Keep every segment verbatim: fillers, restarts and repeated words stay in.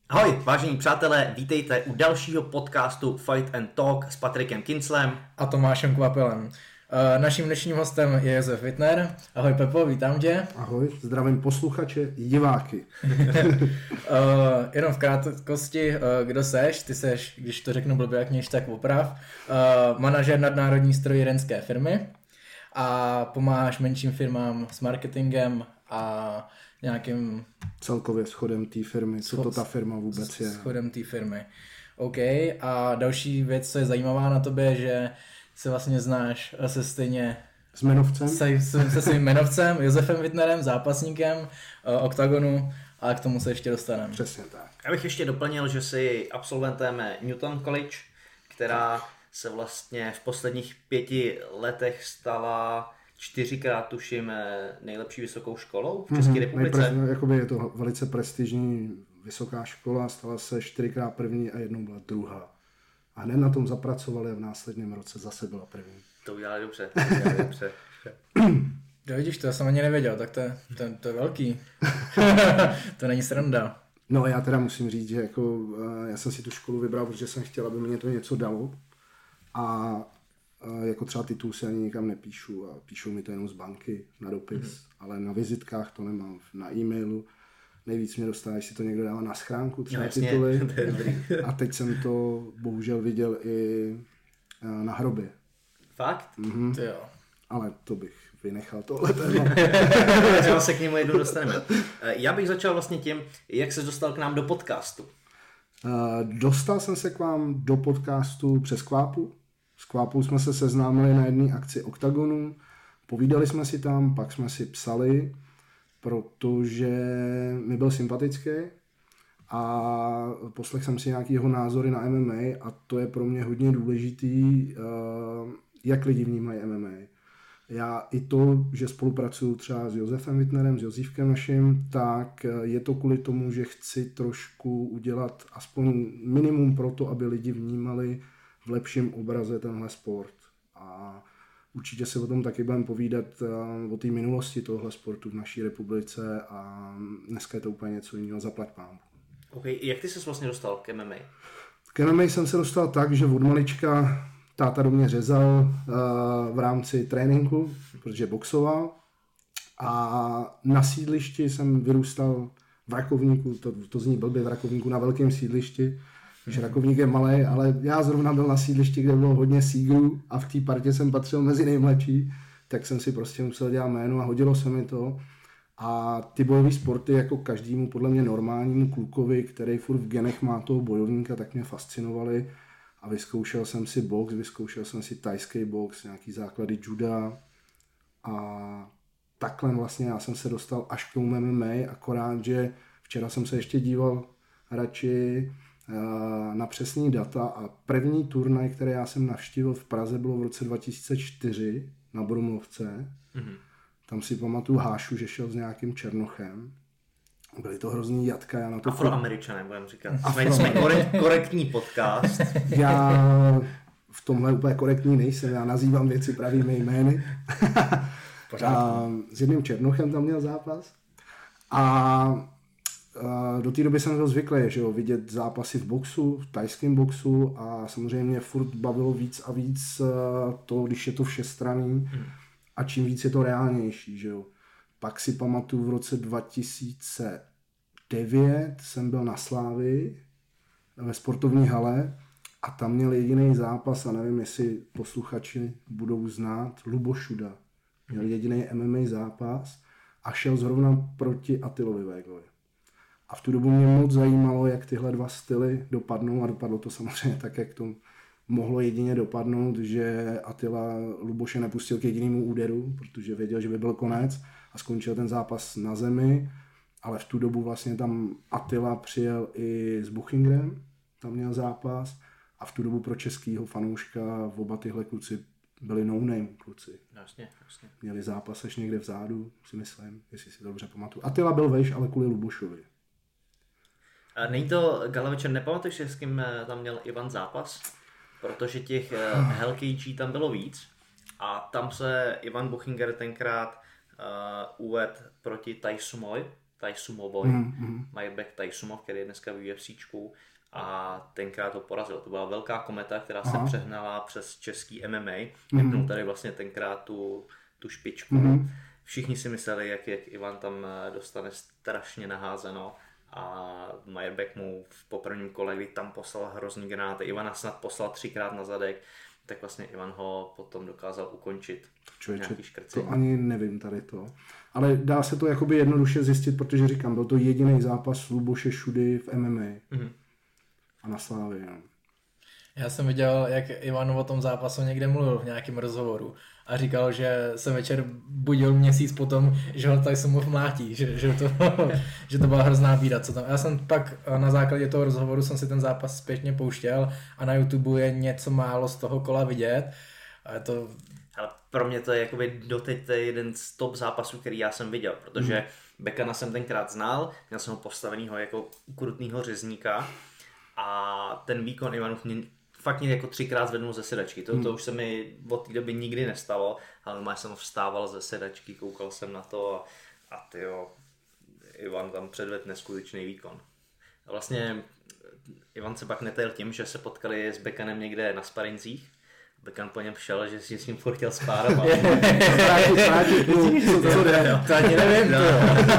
Ahoj, vážení přátelé, vítejte u dalšího podcastu Fight and Talk s Patrikem Kinclem a Tomášem Kvapilem. Naším dnešním hostem je Josef Wittner. Ahoj Pepo, vítám tě. Ahoj, zdravím posluchače i diváky. uh, jenom v krátkosti, uh, kdo seš? Ty seš, když to řeknu blbě jak něž, tak oprav, uh, manažer nadnárodní strojírenské firmy a pomáháš menším firmám s marketingem a nějakým... Celkově schodem té firmy, co to ta firma vůbec je. Schodem té firmy. OK, a další věc, co je zajímavá na tobě, že se vlastně znáš se stejně... S jmenovcem? Se, se, se svým jmenovcem, Josefem Wittnerem, zápasníkem uh, Octagonu, a k tomu se ještě dostaneme. Přesně tak. Já bych ještě doplnil, že jsi absolventem Newton College, která se vlastně v posledních pěti letech stala čtyřikrát, tuším, nejlepší vysokou školou v České mm-hmm. republice. Nejpre, jakoby je to velice prestižní vysoká škola, stala se čtyřikrát první a jednou byla druhá. A hned na tom zapracovali a v následném roce zase byla první. To udělali dobře, to udělali dobře. Jo, vidíš, to jsem ani nevěděl, tak to je, to, to je velký. To není sranda. No já teda musím říct, že jako, já jsem si tu školu vybral, protože jsem chtěl, aby mě to něco dalo. A jako třeba titul si ani nikam nepíšu a píšou mi to jenom z banky na dopis, mm-hmm. ale na vizitkách to nemám, na e-mailu. Nejvíc mě dostává, když si to někdo dává na schránku, třeba no, tituly. A teď jsem to bohužel viděl i na hrobě. Fakt? Mm-hmm. Ty jo. Ale to bych vynechal tohle téma. Třeba se k němu jednou dostaneme. Já bych začal vlastně tím, jak se dostal k nám do podcastu. Dostal jsem se k vám do podcastu přes Kvápu. S Kvápou jsme se seznámili na jedné akci Octagonu, povídali jsme si tam, pak jsme si psali, protože mi byl sympatický a poslechl jsem si nějaký jeho názory na M M A a to je pro mě hodně důležitý, jak lidi vnímají M M A. Já i to, že spolupracuju třeba s Josefem Wittnerem, s Josívkem naším, tak je to kvůli tomu, že chci trošku udělat aspoň minimum pro to, aby lidi vnímali v lepším obraze tenhle sport. A určitě se o tom taky budeme povídat, o té minulosti tohle sportu v naší republice a dneska je to úplně něco jiného, zaplať pánbu. Okay. Jak ty ses vlastně dostal k M M A? K M M A jsem se dostal tak, že od malička táta do mě řezal v rámci tréninku, protože boxoval a na sídlišti jsem vyrůstal v Rakovníku, to, to zní blbě, v Rakovníku na velkém sídlišti, že Rakovník je malý, ale já zrovna byl na sídlišti, kde bylo hodně sígrů a v té partě jsem patřil mezi nejmladší, tak jsem si prostě musel dělat jméno a hodilo se mi to. A ty bojové sporty jako každému podle mě normálnímu klukovi, který furt v genech má toho bojovníka, tak mě fascinovaly. A vyzkoušel jsem si box, vyzkoušel jsem si thajský box, nějaký základy juda a takhle vlastně já jsem se dostal až k tomu M M A, akorát, že včera jsem se ještě díval radši na přesný data a první turnaj, který já jsem navštívil v Praze, bylo v roce dva tisíce čtyři na Brumlovce. Mm-hmm. Tam si pamatuju Hášu, že šel s nějakým Černochem. Byly to hrozný jatka. Já na to Afroameričané, budeme říkat. Afro... Jsme korekt, korektní podcast. Já v tomhle úplně korektní nejsem, já nazývám věci pravými jmény. A s jedním Černochem tam měl zápas. A do té doby jsem byl zvyklý, že jo, vidět zápasy v boxu, v thajském boxu a samozřejmě furt bavilo víc a víc to, když je to všestranný hmm. a čím víc je to reálnější, že jo. Pak si pamatuju v roce dva tisíce devět jsem byl na Slávii ve sportovní hale a tam měl jediný zápas a nevím, jestli posluchači budou znát, Luboš Šuda. Měl jediný M M A zápas a šel zrovna proti Attilovi Végovi. A v tu dobu mě moc zajímalo, jak tyhle dva styly dopadnou a dopadlo to samozřejmě tak, jak to mohlo jedině dopadnout, že Attila Luboše nepustil k jedinému úderu, protože věděl, že by byl konec a skončil ten zápas na zemi, ale v tu dobu vlastně tam Attila přijel i s Buchingrem, tam měl zápas a v tu dobu pro českýho fanouška oba tyhle kluci byli no-name kluci. Jasně, jasně. Měli zápas až někde vzadu, si myslím, jestli si to dobře pamatuju. Attila byl vejš, ale kvůli Lubošovi. A není to, Galaviče, nepamatuješ, s kým tam měl Ivan zápas? Protože těch Hell K G tam bylo víc a tam se Ivan Buchinger tenkrát uh, uvedl proti Tai Sumoy Taisumo boj, mm-hmm. Majrbek Taisumov, který je dneska v UFCčku a tenkrát to porazil. To byla velká kometa, která Aha. se přehnala přes český M M A, vypnul mm-hmm. tady vlastně tenkrát tu, tu špičku. Mm-hmm. Všichni si mysleli, jak, jak Ivan tam dostane strašně naházeno a Majrbek mu v prvním kole, kdy tam poslal hrozný granáty, Ivana snad poslal třikrát na zadek, tak vlastně Ivan ho potom dokázal ukončit. Člověče, to ani nevím tady to. Ale dá se to jakoby jednoduše zjistit, protože říkám, byl to jediný zápas Luboše Šudy v M M A. Mm-hmm. A na Slávě, no. Já jsem viděl, jak Ivan o tom zápasu někde mluvil v nějakém rozhovoru a říkal, že se večer budil měsíc potom, že ho Taisumov mlátí, že, že, to, že to byla hrozná bída. Co tam. Já jsem pak na základě toho rozhovoru jsem si ten zápas zpětně pouštěl a na YouTube je něco málo z toho kola vidět. A je to... Ale pro mě to je jakoby doteď to je jeden z top zápasů, který já jsem viděl, protože mm. Bekana jsem tenkrát znal, měl jsem ho postavenýho jako ukrutnýho řezníka a ten výkon Ivanův mě fakt mě jako třikrát zvednul ze sedačky. To, to už se mi od té doby nikdy nestalo, ale normálně jsem vstával ze sedačky, koukal jsem na to a, a tyjo, Ivan tam předvedl neskutečný výkon. A vlastně Ivan se pak netajil tím, že se potkali s Bekanem někde na sparincích. Bekan po něm šel, že si s ním furt chtěl spárovat. To ani nevím. No,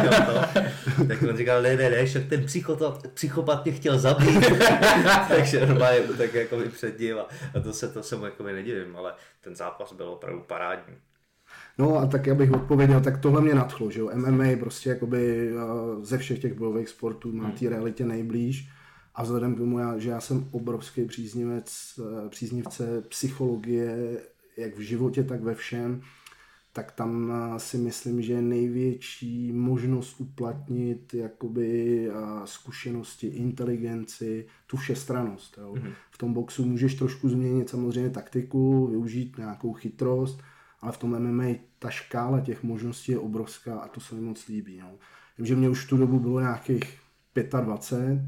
tak on říkal, ne, ne, ne, však ten psychopat, psychopat mě chtěl zabít. Takže normálně tak jako mi před ním a to se, to se mu jako nedivím, ale ten zápas byl opravdu parádní. No a tak já bych odpověděl, tak tohle mě nadchlo, že jo, M M A prostě jakoby ze všech těch bojových sportů má té realitě nejblíž. A vzhledem k tomu, že já jsem obrovský příznivec, příznivce psychologie, jak v životě, tak ve všem, tak tam si myslím, že je největší možnost uplatnit jakoby zkušenosti, inteligenci, tu všestrannost. Jo. Mm-hmm. V tom boxu můžeš trošku změnit samozřejmě taktiku, využít nějakou chytrost, ale v tom M M A ta škála těch možností je obrovská a to se mi moc líbí. Jo. Vím, že mě už v tu dobu bylo nějakých dvacet pět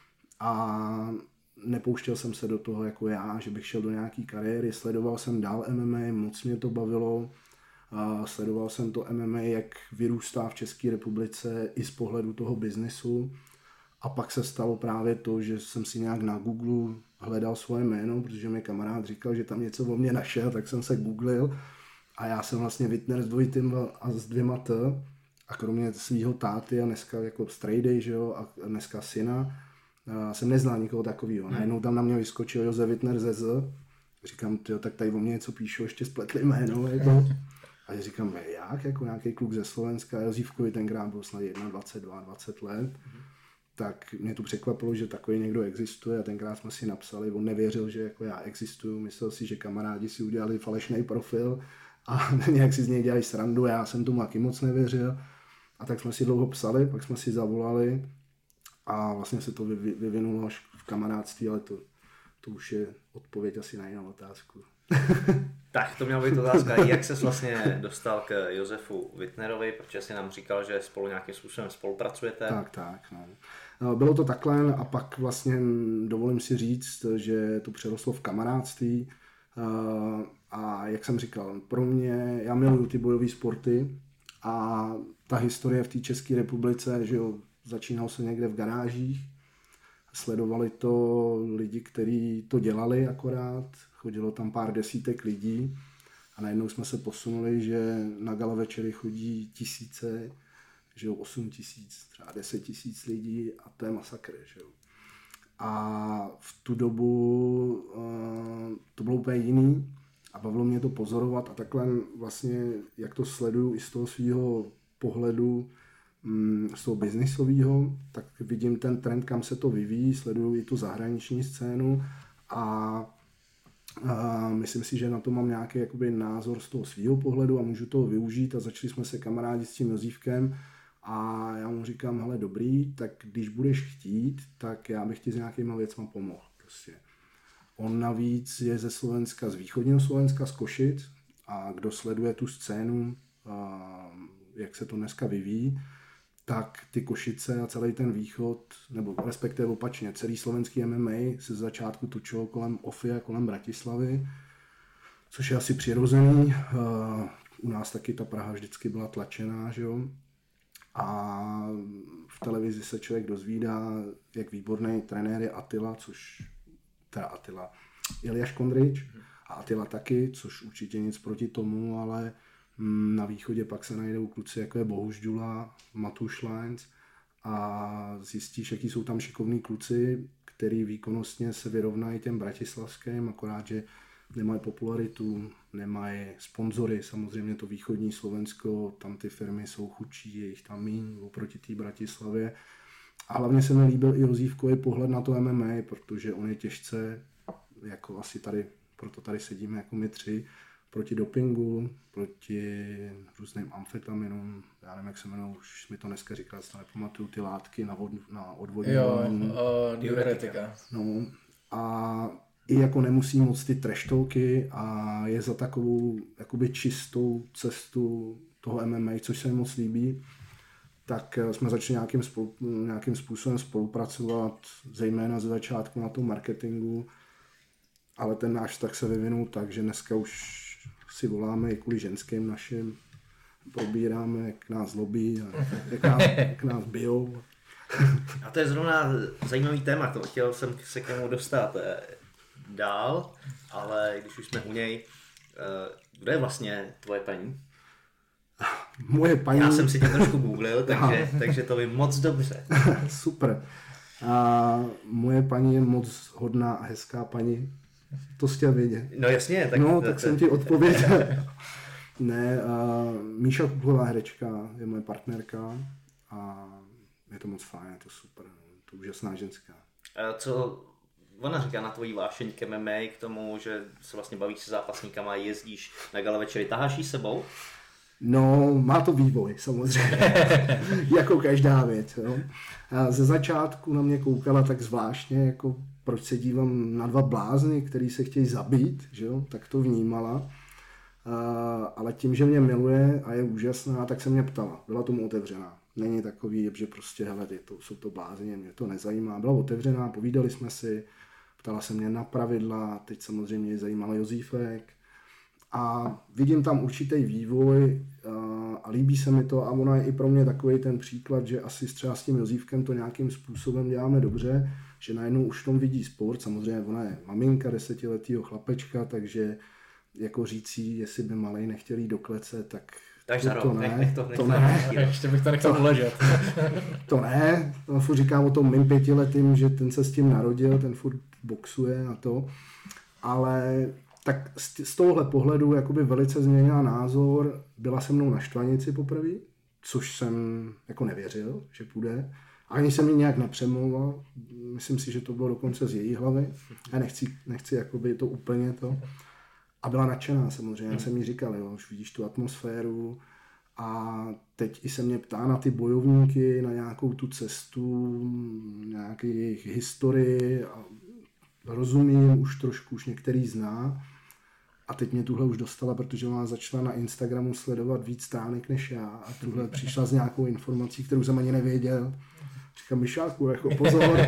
a nepouštěl jsem se do toho jako já, že bych šel do nějaký kariéry, sledoval jsem dál M M A, moc mě to bavilo, a sledoval jsem to M M A, jak vyrůstá v České republice i z pohledu toho biznesu a pak se stalo právě to, že jsem si nějak na Google hledal svoje jméno, protože mi kamarád říkal, že tam něco o mě našel, tak jsem se googlil a já jsem vlastně Wittner s dvojitým a s dvěma T a kromě svýho táty a dneska jako strejdy, že jo, a dneska syna, já jsem neznal nikoho takového. Hmm. Najednou tam na mě vyskočil Josef Wittner ze Z. Říkám, tyjo, tak tady o mě něco píšu, ještě spletli jméno. Jako. A já říkám, jak? Jako nějaký kluk ze Slovenska. Josívkovi tenkrát byl snad dvacet jedna, dvacet dva let. Hmm. Tak mě to překvapilo, že takový někdo existuje a tenkrát jsme si napsali, on nevěřil, že jako já existuju, myslel si, že kamarádi si udělali falešný profil a nějak si z něj dělali srandu, já jsem tomu taky moc nevěřil. A tak jsme si dlouho psali, pak jsme si zavolali a vlastně se to vyvinulo až v kamarádství, ale to, to už je odpověď asi na jinou otázku. Tak to měla být otázka, jak ses vlastně dostal k Josefu Wittnerovi, protože jsi nám říkal, že spolu nějakým způsobem spolupracujete. Tak, tak. No. Bylo to takhle a pak vlastně dovolím si říct, že to přerostlo v kamarádství a jak jsem říkal, pro mě, já miluju ty bojové sporty a ta historie v té České republice, že jo, začínal se někde v garážích, sledovali to lidi, kteří to dělali akorát, chodilo tam pár desítek lidí a najednou jsme se posunuli, že na gala večery chodí tisíce, že jo, osm tisíc, třeba deset tisíc lidí a to je masakr, že jo. A v tu dobu uh, to bylo úplně jiný a bavilo mě to pozorovat a takhle vlastně, jak to sleduju i z toho svého pohledu, z toho biznisového, tak vidím ten trend, kam se to vyvíjí, sleduju i tu zahraniční scénu a, a myslím si, že na to mám nějaký jakoby názor z toho svého pohledu a můžu toho využít a začali jsme se kamarádit s tím Jozívkem a já mu říkám, hele dobrý, tak když budeš chtít, tak já bych ti s nějakýma věcma pomohl. Prostě. On navíc je ze Slovenska, z východního Slovenska, z Košic a kdo sleduje tu scénu, a jak se to dneska vyvíjí, tak ty Košice a celý ten východ, nebo respektive opačně, celý slovenský M M A se z začátku točilo kolem Ofy a kolem Bratislavy, což je asi přirozený. U nás taky ta Praha vždycky byla tlačená, že jo. A v televizi se člověk dozvídá, jak výborný trenér je Attila, což teda Attila, Ilja Škondrič a Attila taky, což určitě nic proti tomu, ale na východě pak se najdou kluci jako je Bohuš Dula, Matuš Lajnc a zjistíš, jaký jsou tam šikovní kluci, který výkonnostně se vyrovnají těm bratislavským, akorát, že nemají popularitu, nemají sponzory, samozřejmě to východní Slovensko, tam ty firmy jsou chudší, je jich tam míň oproti té Bratislavě. A hlavně se mi líbil i Jozívkový pohled na to M M A, protože on je těžce, jako asi tady, proto tady sedíme jako my tři, proti dopingu, proti různým amfetaminům, já nevím, jak se jmenují, už mi to dneska říkal, se nepamatuju, ty látky na, vod, na odvodňování. Jo, uh, diuretika. No, a i jako nemusí moc ty treštolky a je za takovou jakoby čistou cestu toho M M A, což se mi moc líbí, tak jsme začali nějakým, spolu, nějakým způsobem spolupracovat, zejména ze začátku na tom marketingu, ale ten náš tak se vyvinul tak, že dneska už si voláme i kvůli ženským našim, probíráme, jak nás lobí a jak nás, jak nás bijou. A to je zrovna zajímavý téma, to chtěl jsem se k němu dostat dál, ale když už jsme u něj, kdo je vlastně tvoje paní? Moje paní... Já jsem si tě trošku googlil, takže, takže to vím moc dobře. Super. A moje paní je moc hodná a hezká paní. To jsi chtěl vědět. No jasně. Tak, no, to, tak to, jsem ti odpověděl. Ne, uh, Míša Kuklová herečka je moje partnerka a je to moc fajn, je to super, to je úžasná ženská. A co ona říká na tvojí vášeň k M M A, k tomu, že se vlastně bavíš se zápasníkama, jezdíš na gala večery, taháš jí sebou? No, má to vývoj, samozřejmě, jako každá věc. Jo. A ze začátku na mě koukala tak zvláštně, jako proč se dívám na dva blázny, který se chtějí zabít, že jo, tak to vnímala. A, ale tím, že mě miluje a je úžasná, tak se mě ptala, byla tomu otevřená. Není takový, že prostě, hele, to, jsou to blázni, mě to nezajímá. Byla otevřená, povídali jsme si, ptala se mě na pravidla, teď samozřejmě zajímal Jozífek. A vidím tam určitý vývoj a, a líbí se mi to a ona je i pro mě takový ten příklad, že asi třeba s tím Jozívkem to nějakým způsobem děláme dobře, že najednou už v tom vidí sport, samozřejmě ona je maminka desetiletýho chlapečka, takže jako řící, jestli by malej nechtěl jít do klece, tak tak to, to ne, nech, nech to, nech to to ne. Ještě bych to nechal uležet. To ne, to furt říkám o tom mým pětiletým, že ten se s tím narodil, ten furt boxuje a to, ale tak z, z tohohle pohledu jakoby velice změnila názor, byla se mnou na Štvanici poprvé, což jsem jako nevěřil, že půjde. Ani jsem ji nějak nepřemlouval, myslím si, že to bylo dokonce z její hlavy. Já nechci, nechci jakoby to úplně to. A byla nadšená samozřejmě, já jsem jí říkal, jo, už vidíš tu atmosféru a teď i se mě ptá na ty bojovníky, na nějakou tu cestu, nějaký jejich historii a rozumím, už trošku, už některý zná. A teď mě tuhle už dostala, protože ona začala na Instagramu sledovat víc stránek než já a tuhle přišla s nějakou informací, kterou jsem ani nevěděl. Říkám, Myšáku, jako pozor,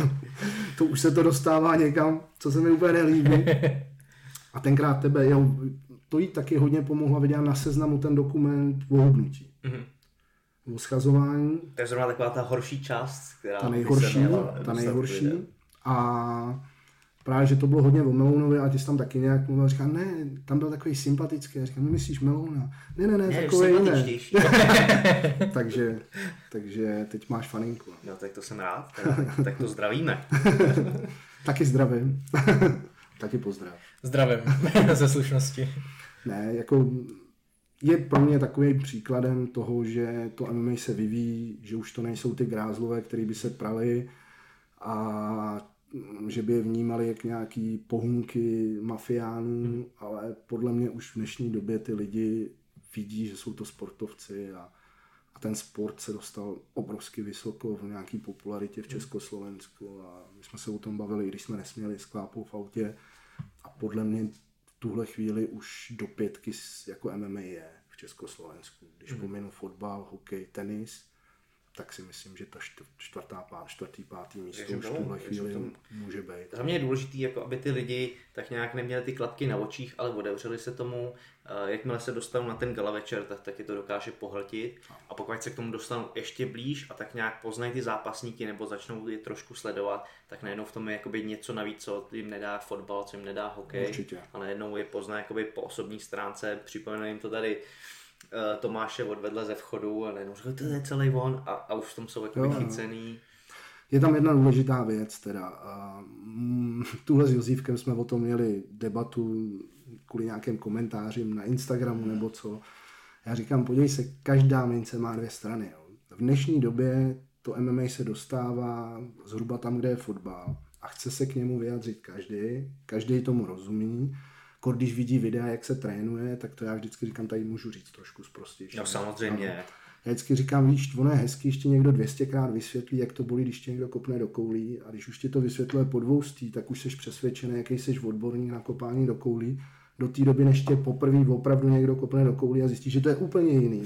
to už se to dostává někam, co se mi úplně nelíbí. A tenkrát tebe, jo, to jí taky hodně pomohla vydělat na Seznamu ten dokument o hubnutí. Mm-hmm. O schazování. To je zrovna taková ta horší část, která ta nejhorší, měla, ta nejhorší. A právě, že to bylo hodně o Melounovi a ty jsi tam taky nějak mluvil, říkal, ne, tam byl takový sympatický, já říkám, myslíš Melouna? Ne, ne, ne, ne takový jiný. takže, takže teď máš faninku. No tak to jsem rád, tak, tak to zdravíme. Taky zdravím. Taky pozdrav. Zdravím, ze slušnosti. Ne, jako je pro mě takovým příkladem toho, že to M M A se vyvíjí, že už to nejsou ty grázlové, který by se prali a že by je vnímali jak nějaký pohůnky mafiánů, hmm. ale podle mě už v dnešní době ty lidi vidí, že jsou to sportovci a, a ten sport se dostal obrovsky vysoko v nějaký popularitě v Československu a my jsme se o tom bavili, když jsme nesměli sklápou v autě a podle mě v tuhle chvíli už do pětky jako M M A je v Československu, když hmm. pominu fotbal, hokej, tenis tak si myslím, že ta čtvrtá, pát, čtvrtý, pátý místo už v tuhle chvíli může být. Za mě je důležité, jako aby ty lidi tak nějak neměli ty klapky na očích, ale otevřeli se tomu, jakmile se dostanou na ten gala večer, tak taky to dokáže pohltit a pokud se k tomu dostanou ještě blíž a tak nějak poznají ty zápasníky nebo začnou je trošku sledovat, tak najednou v tom je jakoby něco navíc, co jim nedá fotbal, co jim nedá hokej. Určitě. A najednou je pozná jakoby po osobní stránce, připomenu jim to tady Tomáše odvedle ze vchodu a najednou řekl, to je celý on a, a už v tom jsou jakoby chycený. Je tam jedna důležitá věc, teda uh, tuhle s Josívkem jsme o tom měli debatu kvůli nějakým komentářím na Instagramu nebo co. Já říkám, podívej se, každá mince má dvě strany. Jo. V dnešní době to M M A se dostává zhruba tam, kde je fotbal a chce se k němu vyjádřit každý, každý tomu rozumí. Když vidí videa, jak se trénuje, tak to já vždycky říkám, tady můžu říct trošku zprostější. No samozřejmě. No. Já vždycky říkám, víš, ono je hezký, ještě někdo dvě stě krát vysvětlí, jak to bolí, když tě někdo kopne do koulí a když už ti to vysvětluje po dvou stí, tak už jsi přesvědčený, jaký jsi odborník na kopání do koulí. Do té doby, než tě poprvé opravdu někdo kopne do koulí a zjistí, že to je úplně jiný.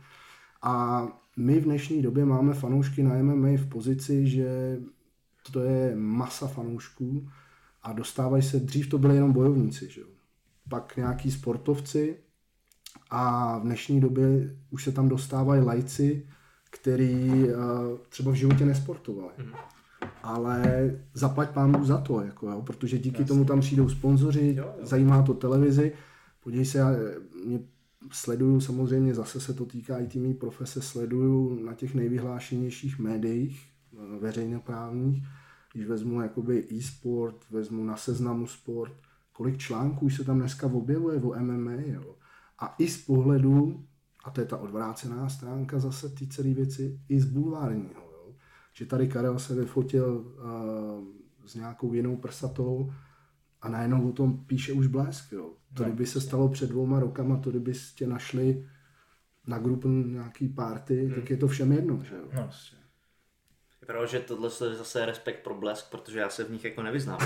A my v dnešní době máme fanoušky na M M A v pozici, že to je masa fanoušků a dostávají se, dřív to byly jenom bojovníci, že jo. Pak nějaký sportovci a v dnešní době už se tam dostávají lajci, který uh, třeba v životě nesportovali. Mm. Ale zaplať pánu za to, jako, jo, protože díky Jasně. tomu tam přijdou sponzoři, jo, jo. zajímá to televizi. Podívej se, já mě sleduju, samozřejmě zase se to týká i týmí profese, sleduju na těch nejvyhlášenějších médiích veřejnoprávních, když vezmu jakoby e-sport, vezmu na Seznamu Sport, kolik článků se tam dneska objevuje o M M A, jo. A i z pohledu, a to je ta odvrácená stránka zase ty celé věci, i z bulvárního, jo. Že tady Karel se vyfotil uh, s nějakou jinou prsatou a najednou o tom píše už Blesk, jo. To kdyby se stalo před dvouma rokama, to kdyby tě našli na grupu nějaký party, hmm. tak je to všem jedno, že jo. No. Je pravda, že tohle je zase respekt pro Blesk, protože já se v nich jako nevyznám.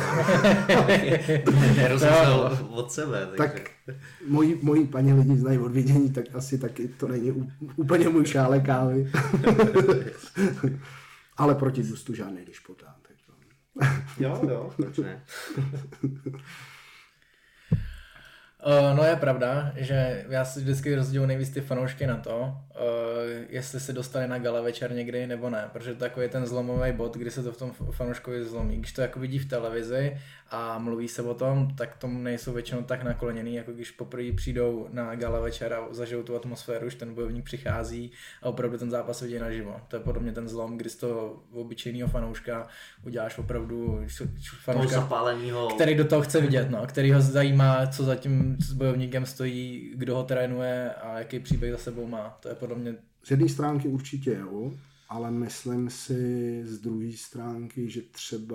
Nerozumím od sebe. Takže. Tak moji, moji paní lidi znají od vidění, tak asi taky to není úplně můj šálek kávy. Ale proti gustu žádný dišpotán. Jo, jo, proč ne? Uh, no je pravda, že já si vždycky rozděluji nejvíc ty fanoušky na to, uh, jestli se dostane na gala večer někdy nebo ne, protože takový je ten zlomový bod, kdy se to v tom fanouškovi zlomí. Když to jako vidí v televizi a mluví se o tom, tak tomu nejsou většinou tak nakloněný, jako když poprvé přijdou na gala večer a zažijou tu atmosféru, že ten bojovník přichází a opravdu ten zápas vidí naživo. To je podle mě ten zlom, kdy z toho obyčejného fanouška uděláš opravdu fanouška, který do toho chce vidět, no, který ho zajímá, co zatím s bojovníkem stojí, kdo ho trénuje a jaký příběh za sebou má. To je podle mě... Z jedné stránky určitě jo, ale myslím si z druhé stránky, že třeba,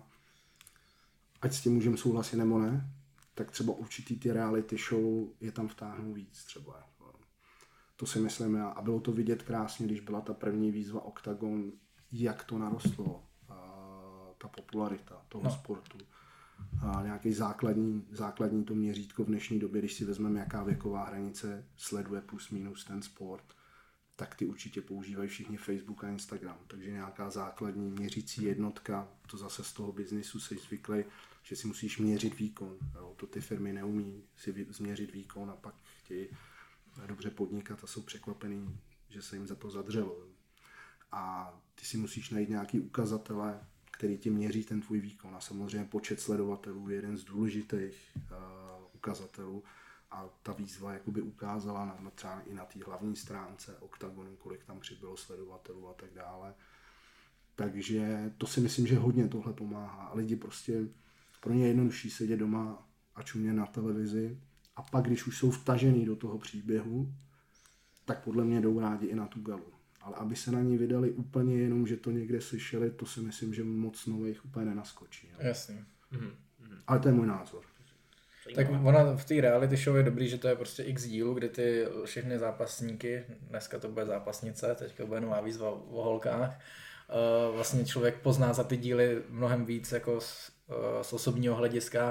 ať s tím můžeme souhlasit nebo ne, tak třeba určitý ty reality show je tam vtáhnou víc třeba. To si myslím já. A bylo to vidět krásně, když byla ta první výzva Octagon, jak to narostlo, ta popularita toho no. sportu. A nějaký základní, základní to měřítko v dnešní době, když si vezmeme, jaká věková hranice sleduje plus minus ten sport, tak ty určitě používají všichni Facebook a Instagram. Takže nějaká základní měřící jednotka, to zase z toho biznisu jsi zvyklý, že si musíš měřit výkon. Jo? To ty firmy neumí si změřit výkon a pak chtějí dobře podnikat a jsou překvapený, že se jim za to zadřelo. A ty si musíš najít nějaký ukazatele, který ti měří ten tvůj výkon. A samozřejmě počet sledovatelů je jeden z důležitých uh, ukazatelů. A ta výzva jakoby ukázala na, třeba i na té hlavní stránce Octagonu, kolik tam přibylo sledovatelů a tak dále. Takže to si myslím, že hodně tohle pomáhá. A lidi prostě, pro ně je jednodušší sedět doma a čumět na televizi. A pak, když už jsou vtažený do toho příběhu, tak podle mě jdou rádi i na tu galu. Ale aby se na ní vydali úplně jenom, že to někde slyšeli, to si myslím, že moc nových úplně nenaskočí. Jo. Jasně. Mm-hmm. Ale to je můj názor. Tak ona v té reality show je dobrý, že to je prostě x dílů, kdy ty všechny zápasníky, dneska to bude zápasnice, teďka bude nová výzva o holkách, vlastně člověk pozná za ty díly mnohem víc jako z, z osobního hlediska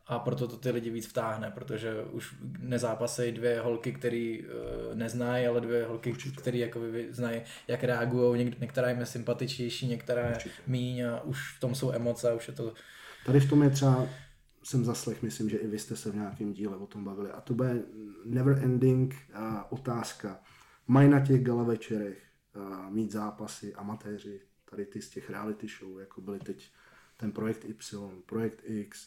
a proto to ty lidi víc vtáhne, protože už nezápasejí dvě holky, které uh, neznají, ale dvě holky, které jako znají, jak reagují, Něk- některá jim je sympatičnější, některá je míň a už v tom jsou emoce a už je to... Tady v tom je třeba, jsem zaslech, myslím, že i vy jste se v nějakém díle o tom bavili, a to bude never ending uh, otázka. Mají na těch gala večerech uh, mít zápasy amatéři, tady ty z těch reality show, jako byly teď ten projekt Y, projekt X.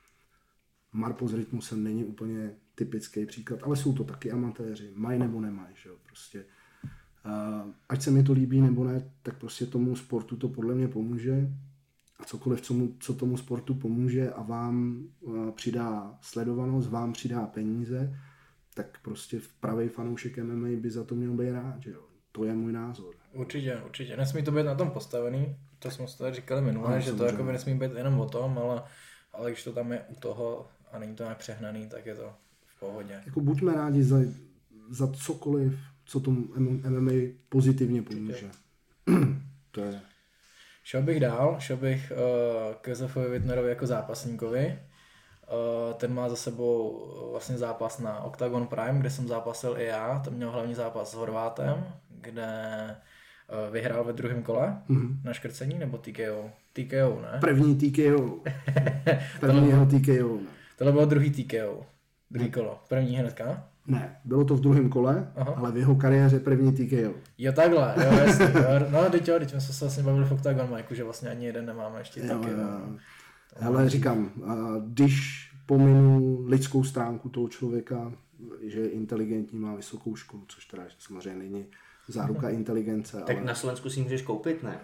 Marpo s Rytmusem není úplně typický příklad, ale jsou to taky amatéři, mají nebo nemají, že jo, prostě. Uh, ať se mi to líbí nebo ne, tak prostě tomu sportu to podle mě pomůže. A cokoliv, co, mu, co tomu sportu pomůže a vám uh, přidá sledovanost, vám přidá peníze, tak prostě pravý fanoušek M M A by za to měl být rád, že jo. To je můj názor. Určitě, určitě. Nesmí to být na tom postavený, to jsme si tady říkali minule, no, že samozřejmě. To jako by nesmí být jenom o tom, ale, ale když to tam je u toho a není to nějak přehnaný, tak je to v pohodě. Jako buďme rádi za, za cokoliv, co tomu M M A pozitivně pomůže. To je. Šel bych dál, šel bych uh, k Josefovi Wittnerovi jako zápasníkovi. Uh, ten má za sebou vlastně zápas na Octagon Prime, kde jsem zápasil i já. Tam měl hlavní zápas s Horvátem, kde uh, vyhrál ve druhém kole mm-hmm. na škrcení, nebo T K O? T K O, ne? První T K O. První jeho T K O. Ne. Tohle bylo druhý T K O. Druhý kolo. První hnedka? Ne, bylo to v druhém kole, aha. Ale v jeho kariéře první T K O. Jo, takhle, jo, jasně. Jo. No, teď jo, teď jsme se vlastně bavili v Octagon, jakože vlastně ani jeden nemáme ještě T K O. Jo, jo. Ale říkám, když pominu lidskou stránku toho člověka, že je inteligentní, má vysokou školu, což teda samozřejmě není záruka inteligence. Tak ale... na Slovensku si můžeš koupit, ne?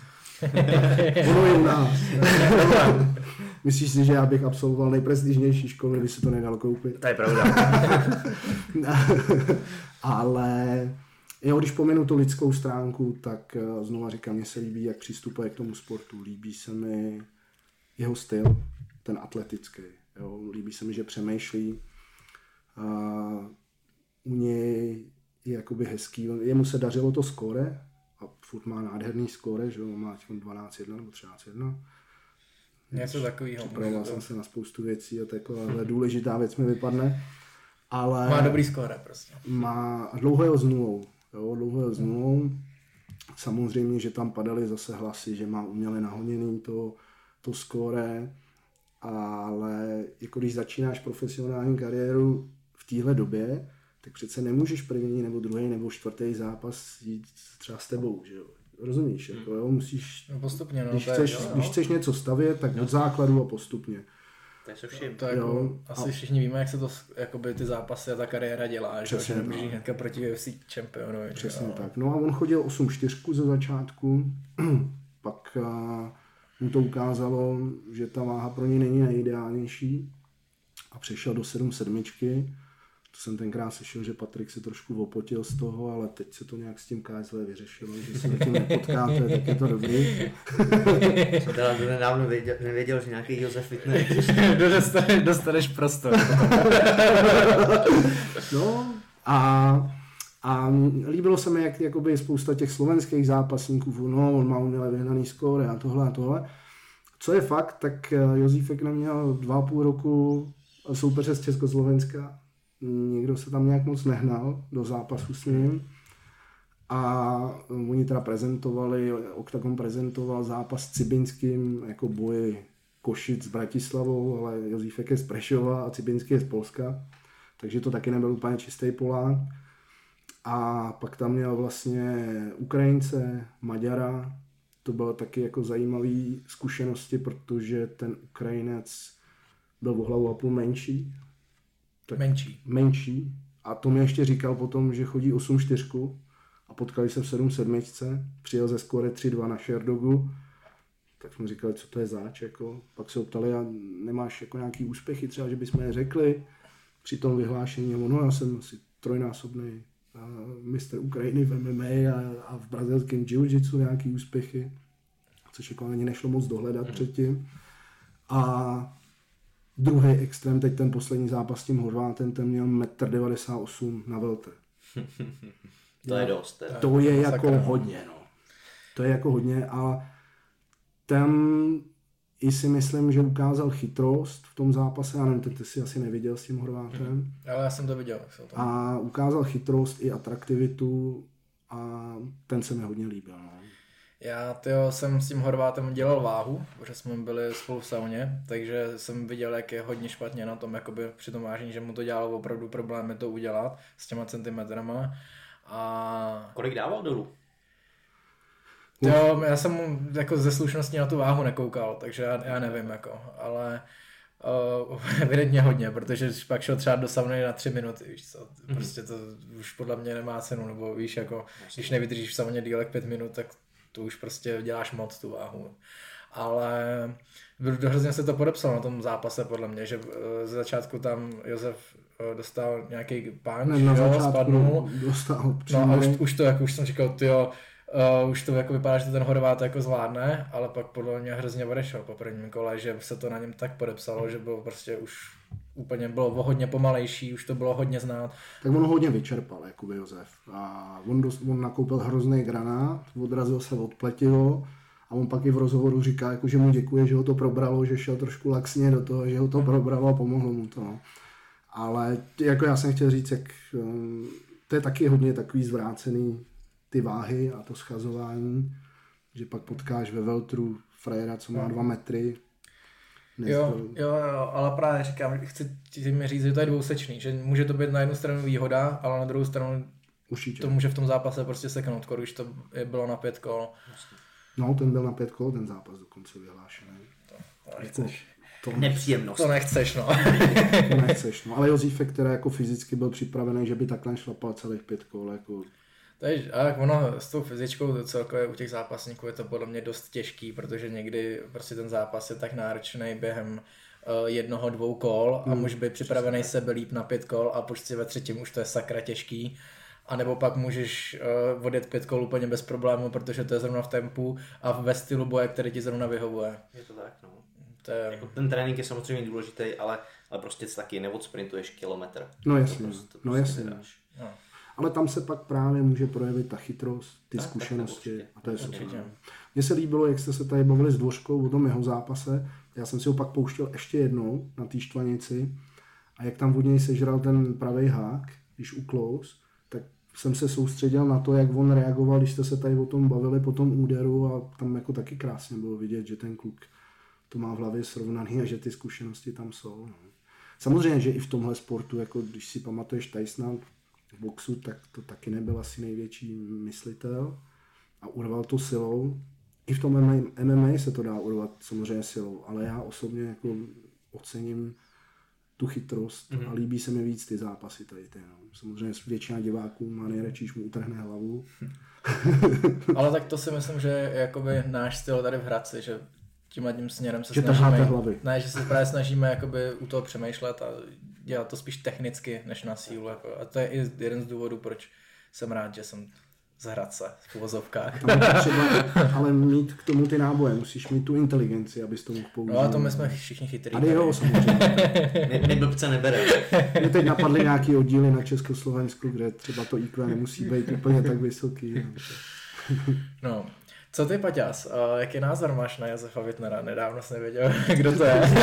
Ono je u nás. Myslíš si, že já bych absolvoval nejprestižnější školu, kdyby se to nedalo koupit? To je pravda. Ale jo, když pominu tu lidskou stránku, tak znova říkám, mně se líbí, jak přistupuje k tomu sportu. Líbí se mi jeho styl, ten atletický. Jo. Líbí se mi, že přemýšlí. A u něj je jakoby hezký. Jemu se dařilo to skóre a furt má nádherný skóre, že jo, má dvanáct jedna nebo třináct jedna. Něco takovýho. Připravoval jsem se na spoustu věcí a taková důležitá věc mi vypadne. Ale má dobrý skóre prostě. Má, a dlouho je s nulou. Jo, dlouho je s nulou. Samozřejmě, že tam padaly zase hlasy, že má uměle nahoněný to, to skóre, ale jako když začínáš profesionální kariéru v téhle době, tak přece nemůžeš první nebo druhý nebo čtvrtý zápas jít třeba s tebou, že jo. Rozumíš, jako jo, musíš, no postupně, no, když, je, chceš, jo, když chceš něco stavět, tak od základu a postupně. To je se vším. To jako, jo, asi a... všichni víme, jak se to, jakoby ty zápasy a ta kariéra dělá, že už nemůžeš hnedka proti U F C čempionovi. Přesně jo. Tak. No a on chodil osm čtyři ze začátku, pak a, mu to ukázalo, že ta váha pro něj není nejideálnější a přešel do sedm sedmičky. To jsem tenkrát slyšel, že Patrik se trošku opotil z toho, ale teď se to nějak s tím K S V vyřešilo, že se tím nepotkáte, tak je to dobrý. Jsem teda nedávno věděl, nevěděl, že nějaký Josef Wittner dostaneš, dostaneš prostor. No a, a líbilo se mi, jak jakoby spousta těch slovenských zápasníků, no on má uměle vyhnaný skóre a tohle a tohle. Co je fakt, tak Josífek neměl dva a půl roku soupeře z Československa. Nikdo se tam nějak moc nehnal do zápasu s ním a oni teda prezentovali, Octagon prezentoval zápas s Cibinským jako boj Košic s Bratislavou, ale Josífek je z Prešova a Cibinský je z Polska, takže to taky nebyl úplně čistý Polák. A pak tam měl vlastně Ukrajince, Maďara, to bylo taky jako zajímavý zkušenosti, protože ten Ukrajinec byl o hlavu a půl menší. Menší. Menší. A to mi ještě říkal potom, že chodí osm čtyři a potkali se v sedm sedm, přijel ze skóre tři dva na Sherdogu, tak jsme říkali, co to je zač, jako. Pak se optali, a nemáš jako nějaký úspěchy třeba, že bychom je řekli při tom vyhlášení, no já jsem asi trojnásobný mistr Ukrajiny v M M A a, a v brazilském jiu-jitsu nějaký úspěchy, což jako ani nešlo moc dohledat mm. předtím. A druhý extrém, teď ten poslední zápas s tím Horvátem, ten měl metr devadesát osm na welter. To je dost. To, to je jako sakra. hodně, no. To je jako hodně a tam i si myslím, že ukázal chytrost v tom zápase, já nevím, ty si asi neviděl s tím Horvátem. Hmm. Ale já jsem to viděl. To... A ukázal chytrost i atraktivitu a ten se mi hodně líbil. No. Já tyjo, jsem s tím Horvátem dělal váhu, protože jsme byli spolu v sauně, takže jsem viděl, jak je hodně špatně na tom jakoby při tom vážení, že mu to dělalo opravdu problémy to udělat s těma centimetrama. A... Kolik dával dolů? Jo, já jsem mu jako ze slušnosti na tu váhu nekoukal, takže já, já nevím, jako, ale uh, evidentně hodně, protože pak šel třeba do sauny na tři minuty, víš co, mm-hmm. prostě to už podle mě nemá cenu, nebo víš, jako, když nevydržíš v sauně díl jak pět minut, tak to už prostě děláš moc tu váhu. Ale hrozně se to podepsalo na tom zápase podle mě, že ze začátku tam Josef dostal nějaký punch, ne, jo, spadnul. Dostal no a už, už to, jako už jsem říkal, tyjo, Uh, už to jako vypadá, že to ten Horvát jako zvládne, ale pak podle mě hrozně odešel po prvním kole, že se to na něm tak podepsalo, že bylo prostě už úplně bylo hodně pomalejší, už to bylo hodně znát. Tak on hodně vyčerpal, jakoby Josef. A on, dost, on nakoupil hrozný granát, odrazil se od pletivo a on pak i v rozhovoru říká, jako, že mu děkuje, že ho to probralo, že šel trošku laxně do toho, že ho to probralo a pomohlo mu to. No. Ale jako já jsem chtěl říct, jak um, to je taky hodně takový zvrácený ty váhy a to schazování, že pak potkáš ve veltru frajera, co má dva metry. Jo, jo, jo, ale právě říkám, chci ti mi říct, že to je dvousečný, že může to být na jednu stranu výhoda, ale na druhou stranu Určitě. To může v tom zápase prostě seknout, když to bylo na pět kol. No, ten byl na pět kol, ten zápas dokonce vyhlášený. To, to nechceš. To nepříjemnost. To nechceš, no. To nechceš, no. Ale Josífek, který jako fyzicky byl připravený, že by takhle šlapal celých pět kol, jako... Takže, a ono s tou fyzičkou celkově u těch zápasníků je to podle mě dost těžký, protože někdy prostě ten zápas je tak náročný během uh, jednoho, dvou kol a hmm. můžeš být připravený sebe líp na pět kol a počci ve třetím už to je sakra těžký. A nebo pak můžeš uh, odjet pět kol úplně bez problému, protože to je zrovna v tempu a ve stylu boje, který ti zrovna vyhovuje. Je to tak, no. To je... Jako ten trénink je samozřejmě důležitý, ale, ale prostě taky neodsprintuješ kilometr. No jasně, prostě, no jasně. No. Ale tam se pak právě může projevit ta chytrost, ty tak, zkušenosti tak, a to je super. Mně se líbilo, jak jste se tady bavili s Dvořkou o tom jeho zápase. Já jsem si ho pak pouštěl ještě jednou na té Štvanici a jak tam od něj sežral ten pravej hák, když uklous, tak jsem se soustředil na to, jak on reagoval, když jste se tady o tom bavili po tom úderu a tam jako taky krásně bylo vidět, že ten kluk to má v hlavě srovnaný a že ty zkušenosti tam jsou. No. Samozřejmě, že i v tomhle sportu, jako když si pamatuješ Tysona v boxu, tak to taky nebyl asi největší myslitel a urval to silou. I v tom M M A se to dá urvat samozřejmě silou, ale já osobně jako ocením tu chytrost mm-hmm. a líbí se mi víc ty zápasy tady. Ty, no. Samozřejmě většina diváků má nejradši, když mu utrhne hlavu. Ale tak to si myslím, že je jakoby náš styl tady v Hradci, že tímhle tím směrem se že snažíme, hlavy. Ne, že se právě snažíme jakoby u toho přemýšlet a dělat to spíš technicky, než na sílu. Jako. A to je i jeden z důvodů, proč jsem rád, že jsem z Hradce v uvozovkách. Třeba, ale mít k tomu ty náboje, musíš mít tu inteligenci, abys to mohl použít. No a to my jsme všichni chytrý. A jo, samozřejmě. My, my blbce nebere. Mě teď napadly nějaký oddíly na Československu, kde třeba to í kvé nemusí být úplně tak vysoký. No. Co ty, Paťas, uh, jaký názor máš na Josefa Wittnera? Nedávno jsem nevěděl, kdo to je.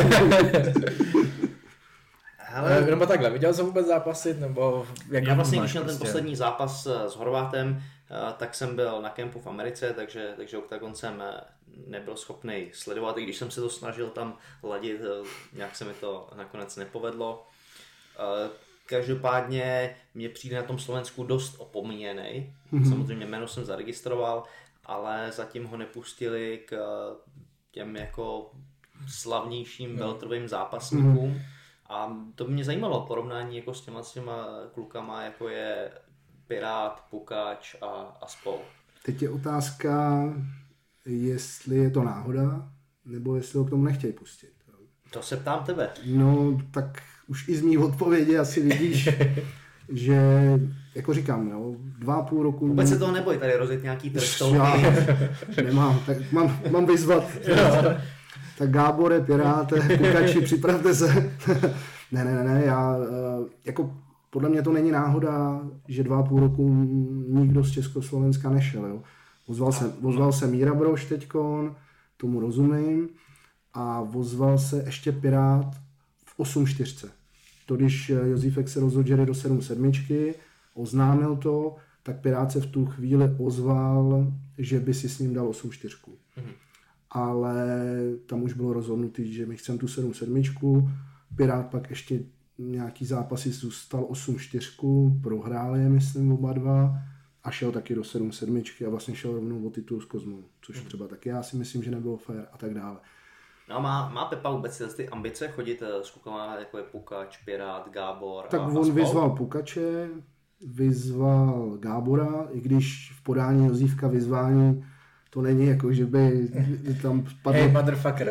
Hele, nebo takhle, viděl jsem vůbec zápasit, nebo jak já vlastně, když měl prostě? ten poslední zápas s Horvátem, tak jsem byl na kempu v Americe, takže, takže Octagon jsem nebyl schopný sledovat, i když jsem se to snažil tam ladit, nějak se mi to nakonec nepovedlo. Každopádně mě přijde na tom Slovensku dost opomíjený, mm-hmm. samozřejmě jméno jsem zaregistroval, ale zatím ho nepustili k těm jako slavnějším no. welterovým zápasníkům. Mm-hmm. A to by mě zajímalo, porovnání jako s těma, s těma klukama, jako je Pirát, Pukáč a, a spol. Teď je otázka, jestli je to náhoda, nebo jestli ho k tomu nechtějí pustit. To se ptám tebe. No, tak už i z mých odpovědi asi vidíš, že, jako říkám, jo, dva a půl roku... Vůbec se toho neboj, tady rozjet nějaký trstouky. Nemám, tak mám, mám vyzvat. Tak Gábore, Piráte, Pukači, připravte se. ne, ne, ne, ne, já, jako podle mě to není náhoda, že dva a půl roku nikdo z Československa nešel, jo. Ozval se, ozval se Míra Brož teďkon, tomu rozumím, a ozval se ještě Pirát v osm čtyři. To když Josífek se rozhodl, že jde do sedm sedmičky, oznámil to, tak Pirát se v tu chvíli ozval, že by si s ním dal osm čtyři. Mm-hmm. Ale tam už bylo rozhodnutý, že my chceme tu sedm sedmičku. Pirát pak ještě nějaký zápasy zůstal osm čtyři, prohráli je, myslím, oba dva a šel taky do sedm sedmičky a vlastně šel rovnou o titul s Kozmou, což třeba taky já si myslím, že nebylo fér a tak dále. No a má, má Pepa vůbec ty ambice chodit s klukama, jako je Pukač, Pirát, Gábor tak a on Aspol? Vyzval Pukače, vyzval Gábora, i když v podání Josífka vyzvání to není jako, že by tam padlo... Hey, motherfucker.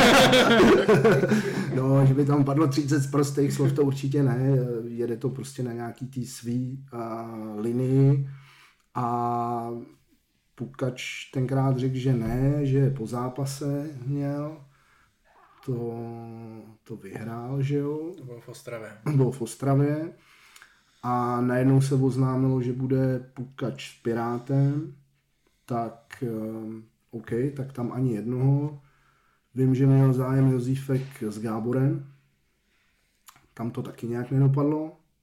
No, že by tam padlo třicet prostých slov, to určitě ne. Jede to prostě na nějaký tý svý uh, linii. A Pukač tenkrát řekl, že ne, že po zápase měl. To, to vyhrál, že jo? To bylo v Ostravě. Bylo v Ostravě. A najednou se oznámilo, že bude Pukač s Pirátem. Tak um, OK, tak tam ani jednoho. Vím, že měl zájem Josífek s Gáborem. Tam to taky nějak nedopadlo.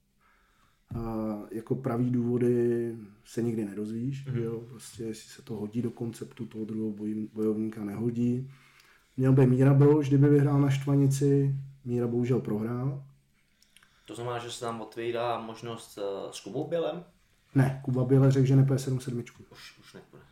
Uh, jako pravý důvody se nikdy nedozvíš. Mm-hmm. Jo? Prostě jestli se to hodí do konceptu toho druhého boj, bojovníka, nehodí. Měl by Míra Brož, kdyby vyhrál na Štvanici. Míra bohužel prohrál. To znamená, že se tam otvírá možnost uh, s Kubou Bělem? Ne, Kuba Běle řekl, že nepůjde sedm sedm. Už, už nepůjde.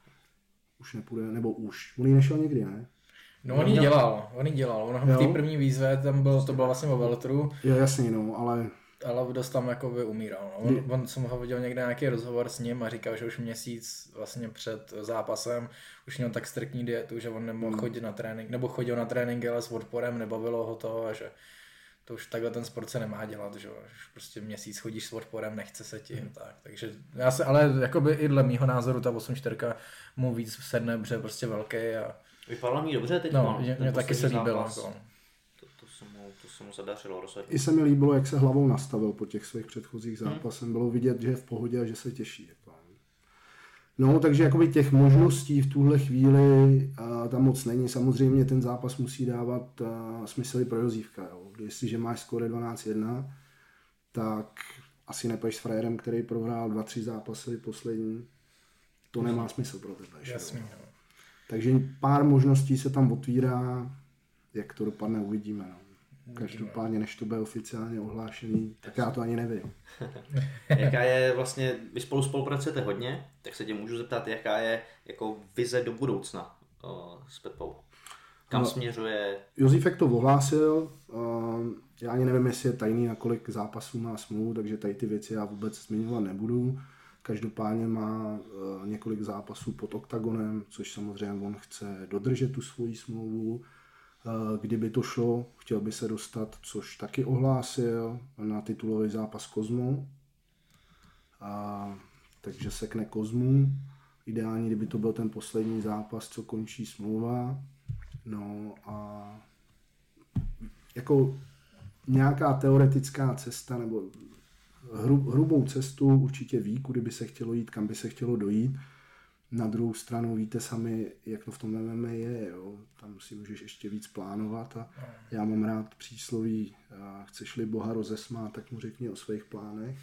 Už nepůjde, nebo už. On ji nešel nikdy, ne? No on ji dělal, on ji dělal. On v té první výzvě, tam bylo, to bylo vlastně o veltru. Jo, jasně, no, ale... Ale dost tam jakoby umíral. No. On, on jsem ho viděl někde nějaký rozhovor s ním a říkal, že už měsíc vlastně před zápasem už měl tak striktní dietu, že on nemohl hmm. chodit na trénink, nebo chodil na tréninky, ale s odporem, nebavilo ho to a že to už takhle ten sport se nemá dělat, že už prostě měsíc chodíš s odporem, nechce se ti, hmm. tak. Takže já se, ale jakoby i dle mýho názoru ta osm čtyři mu víc sedne, protože je prostě velký a... Vypadalo mi dobře teď. No, mě, mě taky se líbilo. Jako. To, to, se mu, to se mu zadařilo rozhodně. I se mi líbilo, jak se hlavou nastavil po těch svých předchozích zápasech. Hmm. Bylo vidět, že je v pohodě a že se těší. Jako. No, takže jakoby těch možností v tuhle chvíli uh, tam moc není. Samozřejmě ten zápas musí dávat uh, smysl i pro Josífka. Jo. Jestliže máš skóre dvanáct jedna, tak asi nepůjdeš s frajerem, který prohrál dva, tři zápasy poslední. To nemá smysl pro tebe. Jasně. Takže pár možností se tam otvírá, jak to dopadne, uvidíme. No. Každopádně, než to bude oficiálně ohlášený, tak já to ani nevím. Jaká je vlastně, vy spolu spolupracujete hodně, tak se tě můžu zeptat, jaká je jako vize do budoucna o, s Pepou? Kam no, směřuje? Josífek to ohlásil, uh, já ani nevím, jestli je tajný, na kolik zápasů má smlouvu, takže tady ty věci já vůbec zmiňovat nebudu. Každopádně má uh, několik zápasů pod oktagonem, což samozřejmě on chce dodržet tu svoji smlouvu. Uh, kdyby to šlo, chtěl by se dostat, což taky ohlásil, na titulový zápas Kozmou. Uh, takže sekne Kozmu. Ideálně, kdyby to byl ten poslední zápas, co končí smlouva. No a jako nějaká teoretická cesta nebo hru, hrubou cestu určitě ví, kudy by se chtělo jít, kam by se chtělo dojít. Na druhou stranu víte sami, jak to v tom M M A je, jo? Tam si můžeš ještě víc plánovat a já mám rád přísloví, chceš-li Boha rozesmát, tak mu řekni o svých plánech.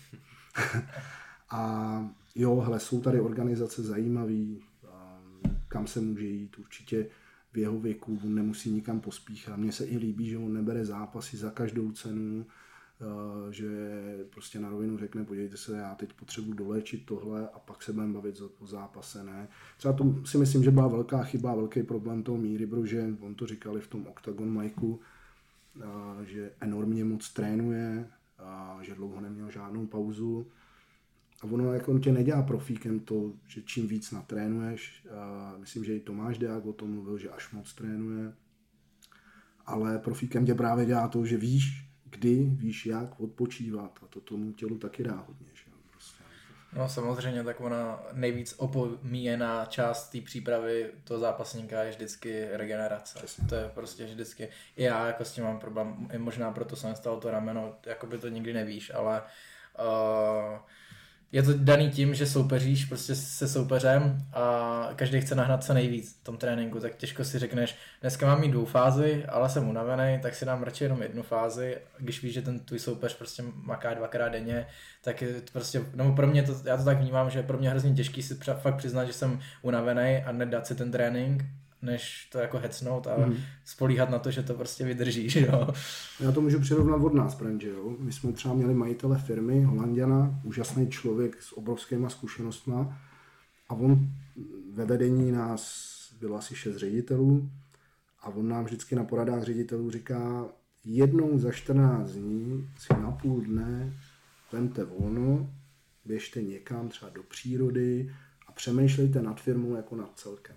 A jo, hele, jsou tady organizace zajímavý, kam se může jít, určitě v jeho věku, on nemusí nikam pospíchat. Mně se i líbí, že on nebere zápasy za každou cenu, že prostě na rovinu řekne, podívejte se, já teď potřebuji doléčit tohle a pak se budeme bavit o zápase, ne. Třeba to si myslím, že byla velká chyba, velký problém toho Míry, protože on to říkali v tom Octagon Majku, že enormně moc trénuje, že dlouho neměl žádnou pauzu. A ono jako on tě nedělá profíkem to, že čím víc natrénuješ, a myslím, že i Tomáš Deák o tom mluvil, že až moc trénuje, ale profíkem tě právě dělá to, že víš, kdy, víš jak odpočívat a to tomu tělu taky dá hodně. Že? Prostě. No samozřejmě, tak ona nejvíc opomíjená část té přípravy toho zápasníka je vždycky regenerace. Přesně. To je prostě vždycky, i já jako s tím mám problém, i možná proto jsem stalo to rameno, jako by to nikdy nevíš, ale uh, je to daný tím, že soupeříš prostě se soupeřem a každý chce nahnat co nejvíc v tom tréninku, tak těžko si řekneš, dneska mám mít dvou fázi, ale jsem unavený, tak si dám radši jenom jednu fázi, když víš, že ten tvůj soupeř prostě maká dvakrát denně, tak je to prostě, no pro mě to, já to tak vnímám, že je pro mě hrozně těžký si fakt přiznat, že jsem unavený a nedat si ten trénink, než to jako hecnout a mm. spolíhat na to, že to prostě vydržíš, jo. Já to můžu přirovnat od nás, protože jo. My jsme třeba měli majitele firmy, Holanděna, úžasný člověk s obrovskýma zkušenostma a on ve vedení nás bylo asi šest ředitelů a on nám vždycky na poradách ředitelů říká, jednou za čtrnáct dní si na půl dne vemte volno, běžte někam třeba do přírody a přemýšlejte nad firmou jako nad celkem.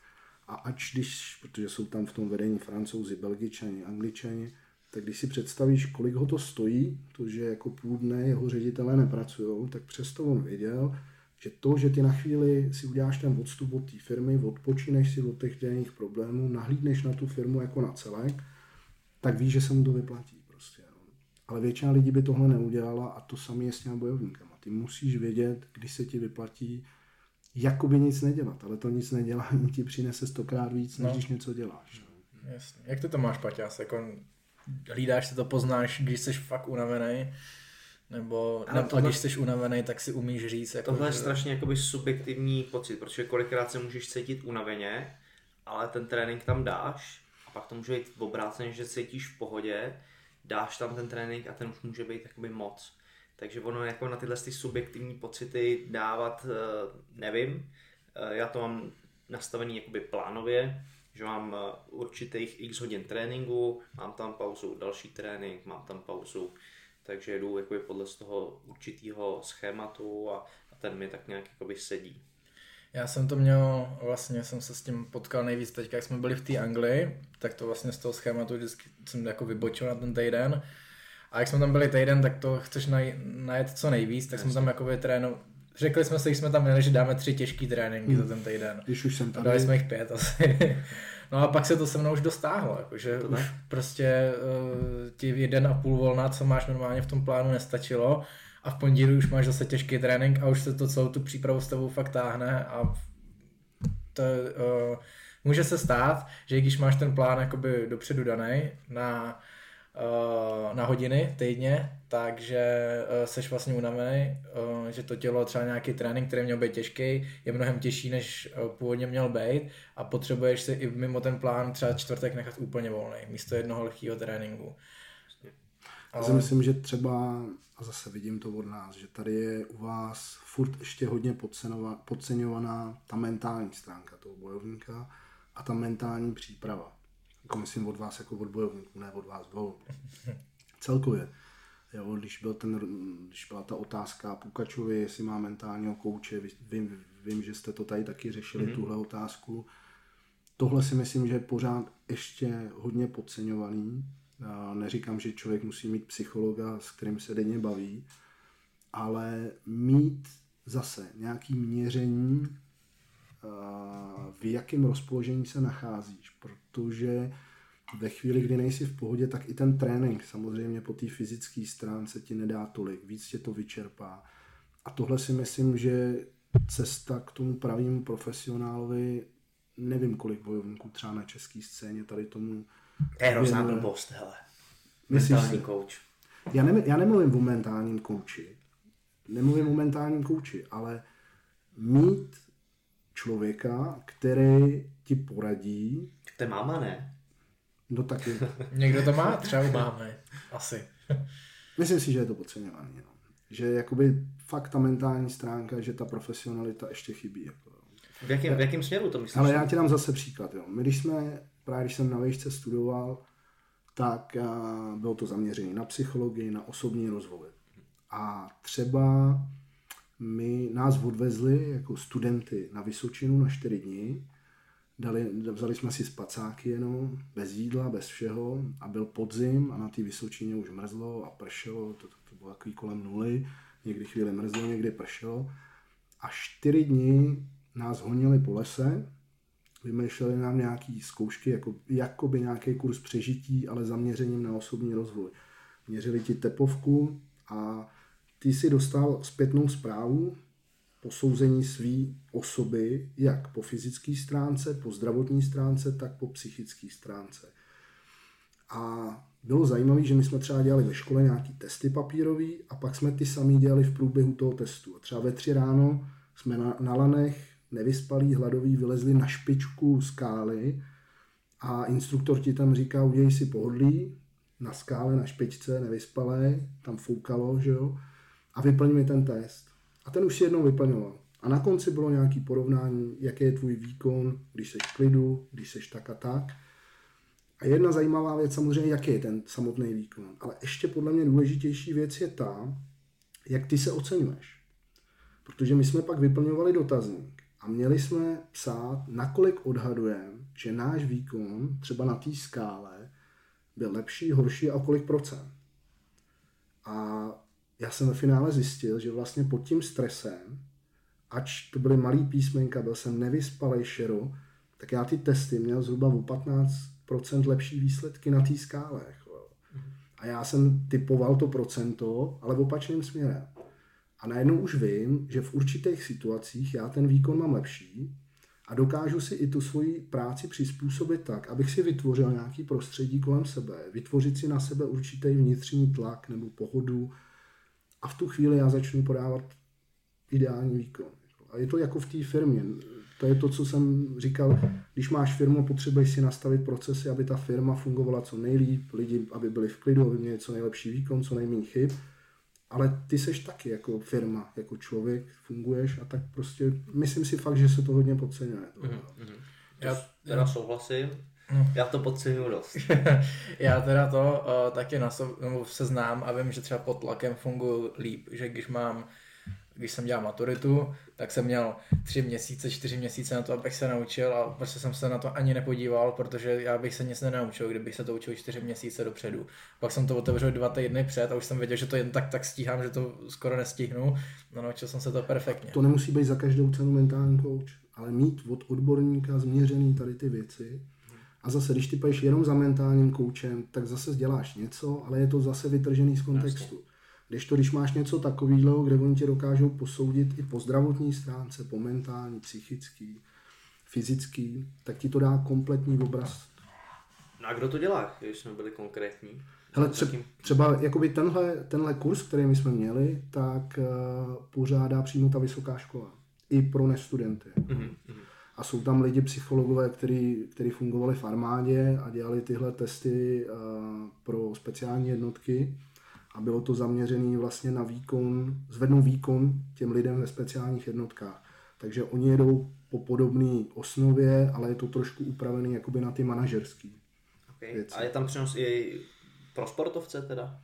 A ač když, protože jsou tam v tom vedení Francouzi, Belgičani, Angličani, tak když si představíš, kolik ho to stojí, to, že jako půl dne jeho ředitelé nepracujou, tak přesto on věděl, že to, že ty na chvíli si uděláš ten odstup od té firmy, odpočíneš si od těch denních problémů, nahlídneš na tu firmu jako na celek, tak víš, že se mu to vyplatí prostě. Jo. Ale většina lidí by tohle neudělala a to samé je s těma bojovníkama. Ty musíš vědět, kdy se ti vyplatí jakoby nic nedělat, ale to nic nedělání ti přinese stokrát víc, než no. když něco děláš. No. Jasně. Jak ty to máš, Paťas? Jako, hlídáš si to, poznáš, když jsi fakt unavený? Nebo ne, tohle, a když jsi unavený, tak si umíš říct... Jako, tohle je že... strašně jakoby subjektivní pocit, protože kolikrát se můžeš cítit unaveně, ale ten trénink tam dáš a pak to může být obráceně, že cítíš v pohodě, dáš tam ten trénink a ten už může být jakoby moc. Takže ono jako na tyhle ty subjektivní pocity dávat, nevím, já to mám nastavený jakoby plánově, že mám určitých x hodin tréninku, mám tam pauzu, další trénink, mám tam pauzu, takže jdu jakoby podle z toho určitého schématu a, a ten mi tak nějak jakoby sedí. Já jsem to měl, vlastně jsem se s tím potkal nejvíc teď, jak jsme byli v té Anglii, tak to vlastně z toho schématu vždycky jsem jako vybočil na ten týden. A jak jsme tam byli týden, tak to chceš naj, najet co nejvíc, tak Jasně. jsme tam jakoby trénovali. Řekli jsme si, když jsme tam měli, že dáme tři těžký tréninky hmm. za ten týden. Když už jsem tam. Dali jsme jich pět asi. No a pak se to se mnou už dostáhlo, jakože už prostě uh, ti jeden a půl volna, co máš normálně v tom plánu, nestačilo. A v pondělí už máš zase těžký trénink a už se to celou tu přípravu s tebou fakt táhne a to uh, může se stát, že když máš ten plán jakoby dopředu daný na na hodiny týdně, takže seš vlastně unavený, že to tělo, třeba nějaký trénink, který měl být těžký, je mnohem těžší, než původně měl být a potřebuješ si i mimo ten plán třeba čtvrtek nechat úplně volný, místo jednoho lehkého tréninku. Já si myslím, že třeba, a zase vidím to od nás, že tady je u vás furt ještě hodně podceňovaná ta mentální stránka toho bojovníka a ta mentální příprava. Jako myslím od vás jako od bojovníků, ne od vás dvou. Celkově. Jo, když, byl ten, když byla ta otázka Pukačovi, jestli má mentálního kouče, vím, vím, že jste to tady taky řešili, mm-hmm. tuhle otázku. Tohle si myslím, že je pořád ještě hodně podceňovaný. Já neříkám, že člověk musí mít psychologa, s kterým se denně baví, ale mít zase nějaký měření, v jakém rozpoložení se nacházíš, protože ve chvíli, kdy nejsi v pohodě, tak i ten trénink samozřejmě po té fyzické stránce ti nedá tolik, víc tě to vyčerpá. A tohle si myslím, že cesta k tomu pravému profesionálovi, nevím kolik bojovníků třeba na české scéně tady tomu... To je hrozná blbost, hele. Mentální kouč. Já, ne, já nemluvím o mentálním kouči, nemluvím o mentálním kouči, ale mít člověka, který ti poradí. To je máma, ne? No taky. Někdo to má, třeba máme, asi. Myslím si, že je to podceňovaný. No. Že jakoby fakt ta mentální stránka, že ta profesionalita ještě chybí. Jako. V jakém, v jakém směru to myslíš? Ale já ti dám zase příklad. Jo. My když jsme, právě když jsem na výšce studoval, tak a, bylo to zaměřené na psychologii, na osobní rozvoj. A třeba my nás odvezli jako studenty na Vysočinu na čtyři dny, dali, vzali jsme si spacáky jenom, bez jídla, bez všeho a byl podzim a na té Vysočině už mrzlo a pršelo, to, to bylo takový kolem nuly, někdy chvíli mrzlo, někdy pršelo a čtyři dny nás honili po lese, vymýšleli nám nějaký zkoušky, jako, jakoby nějaký kurz přežití, ale zaměřením na osobní rozvoj. Měřili ti tepovku a ty si dostal zpětnou zprávu, posouzení své osoby, jak po fyzické stránce, po zdravotní stránce, tak po psychické stránce. A bylo zajímavé, že my jsme třeba dělali ve škole nějaký testy papírový a pak jsme ty samý dělali v průběhu toho testu. A třeba ve tři ráno jsme na, na lanech, nevyspalí, hladový, vylezli na špičku skály a instruktor ti tam říká, udělej si pohodlí, na skále, na špičce, nevyspalé, tam foukalo, že jo, a vyplň mi ten test. A ten už si jednou vyplňoval. A na konci bylo nějaké porovnání, jaký je tvůj výkon, když seš v klidu, když seš tak a tak. A jedna zajímavá věc samozřejmě, jaký je ten samotný výkon. Ale ještě podle mě důležitější věc je ta, jak ty se oceňuješ. Protože my jsme pak vyplňovali dotazník a měli jsme psát, nakolik odhadujeme, že náš výkon třeba na té skále byl lepší, horší a o kolik procent. A já jsem ve finále zjistil, že vlastně pod tím stresem, ač to byly malý písmenka, byl jsem nevyspalej šero, tak já ty testy měl zhruba o patnáct procent lepší výsledky na té skále. A já jsem typoval to procento, ale v opačným směrem. A najednou už vím, že v určitých situacích já ten výkon mám lepší a dokážu si i tu svoji práci přizpůsobit tak, abych si vytvořil nějaký prostředí kolem sebe, vytvořit si na sebe určitý vnitřní tlak nebo pohodu a v tu chvíli já začnu podávat ideální výkon. A je to jako v té firmě. To je to, co jsem říkal, když máš firmu, potřebuješ si nastavit procesy, aby ta firma fungovala co nejlíp, lidi, aby byli v klidu, aby měli co nejlepší výkon, co nejméně chyb. Ale ty seš taky jako firma, jako člověk, funguješ a tak prostě myslím si fakt, že se to hodně podceňuje. Mm-hmm. Já teda souhlasím, já to podceňuji dost. Já teda to uh, taky na so, no, seznám a vím, že třeba pod tlakem funguji líp, že když mám Když jsem dělal maturitu, tak jsem měl tři měsíce, čtyři měsíce na to, abych se naučil a prostě jsem se na to ani nepodíval, protože já bych se nic nenaučil, kdybych se to učil čtyři měsíce dopředu. Pak jsem to otevřel dva týdny před a už jsem věděl, že to jen tak tak stíhám, že to skoro nestihnu. No, naučil jsem se to perfektně. To nemusí být za každou cenu mentální coach, ale mít od odborníka změřený tady ty věci. A zase, když ty půjdeš jenom za mentálním koučem, tak zase děláš něco, ale je to zase vytržený z kontextu. Když to, když máš něco takového, kde oni tě dokážou posoudit i po zdravotní stránce, po mentální, psychický, fyzický, tak ti to dá kompletní obraz. No a kdo to dělá, když jsme byli konkrétní? Hele, tře- třeba jakoby tenhle, tenhle kurz, který my jsme měli, tak uh, pořádá přímo ta vysoká škola. I pro nestudenty. Mm-hmm. A jsou tam lidi, psychologové, kteří kteří fungovali v armádě a dělali tyhle testy uh, pro speciální jednotky. A bylo to zaměřené vlastně na výkon, zvednout výkon těm lidem ve speciálních jednotkách. Takže oni jedou po podobné osnově, ale je to trošku upravený jakoby na ty manažerský okay. věci. A je tam přenos i pro sportovce teda?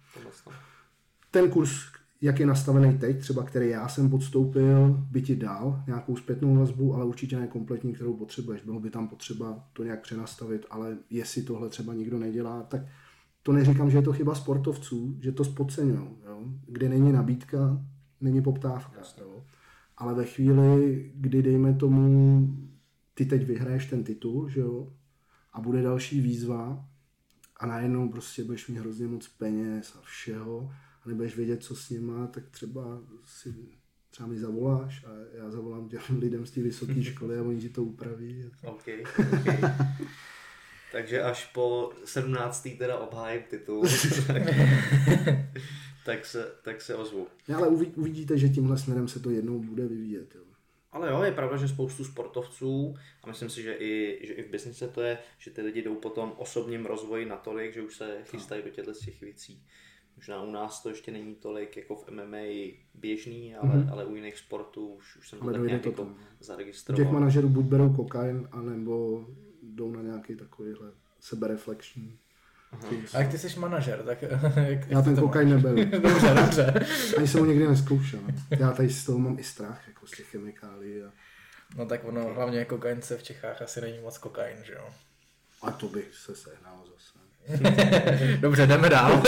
Ten kurz, jak je nastavený teď, třeba který já jsem podstoupil, by ti dal nějakou zpětnou vazbu, ale určitě ne kompletní, kterou potřebuješ. Bylo by tam potřeba to nějak přenastavit, ale jestli tohle třeba nikdo nedělá, tak to neříkám, že je to chyba sportovců, že to podceňujou. Kdy není nabídka, není poptávka. Jo? Ale ve chvíli, kdy dejme tomu, ty teď vyhraješ ten titul, že jo? A bude další výzva a najednou prostě budeš mít hrozně moc peněz a všeho a nebudeš vědět, co s nima, tak třeba si třeba mi zavoláš a já zavolám těm lidem z té vysoké školy a oni ti to upraví. Okay, okay. Takže až po sedmnáctý teda obhájím titul, tak, tak, se, tak se ozvu. No, ale uvidíte, že tímhle směrem se to jednou bude vyvíjet. Jo. Ale jo, je pravda, že spoustu sportovců, a myslím si, že i, že i v biznise to je, že ty lidi jdou po tom osobním rozvoji natolik, že už se chystají do těchto těch věcí. Možná u nás to ještě není tolik jako v M M A běžný, ale, mm-hmm. ale u jiných sportů už, už jsem to ale tak nějak to jako zaregistroval. Těch manažerů buď berou kokain, anebo jdou na nějaký takovýhle sebereflekční. A jak ty jsi manažer, tak... Jak, já ten kokain neberu. Dobře, dobře. Ani jsem ho někdy nezkoušel. Já tady z toho mám i strach, jako z těch chemikálií. A... No tak ono, okay. Hlavně kokain se v Čechách asi není moc kokain, že jo? A to bych se sehnal zase. Dobře, jdeme dál.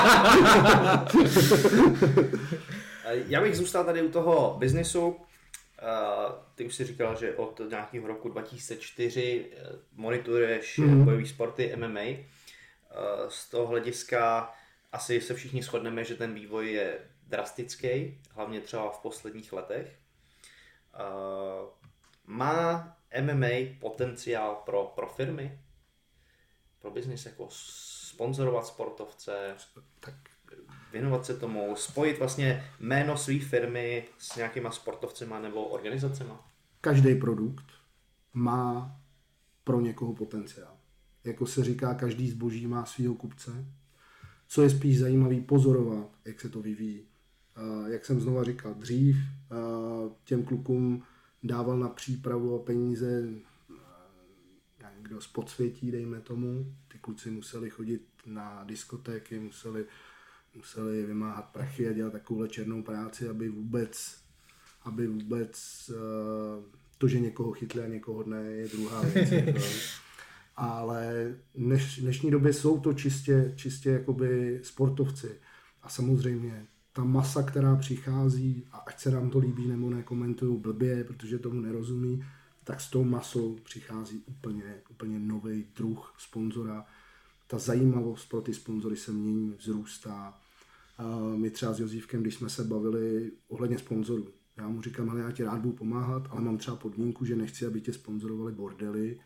Já bych zůstal tady u toho biznisu. Uh, ty už si říkal, že od nějakého roku dva tisíce čtyři uh, monitoruješ mm-hmm. bojové sporty M M A. Uh, z toho hlediska asi se všichni shodneme, že ten vývoj je drastický, hlavně třeba v posledních letech. Uh, má M M A potenciál pro, pro firmy? Pro biznis, jako sponzorovat sportovce, tak věnovat se tomu, spojit vlastně jméno své firmy s nějakýma sportovcema nebo organizacema? Každý produkt má pro někoho potenciál. Jako se říká, každý zboží má svýho kupce. Co je spíš zajímavý pozorovat, jak se to vyvíjí. Uh, jak jsem znova říkal, dřív uh, těm klukům dával na přípravu a peníze uh, někdo z podsvětí, dejme tomu. Ty kluci museli chodit na diskotéky, museli, museli vymáhat prachy a dělat takovouhle černou práci, aby vůbec, aby vůbec uh, to, že někoho chytli a někoho ne, je druhá věc. Ale v dneš, dnešní době jsou to čistě, čistě jakoby sportovci. A samozřejmě ta masa, která přichází, a ať se nám to líbí nebo nekomentují blbě, protože tomu nerozumí, tak s tou masou přichází úplně, úplně nový druh sponzora. Ta zajímavost pro ty sponzory se mění, vzrůstá. My třeba s Josívkem, když jsme se bavili ohledně sponzorů, já mu říkám, hele, já ti rád budu pomáhat, ale mám třeba podmínku, že nechci, aby tě sponzorovali bordely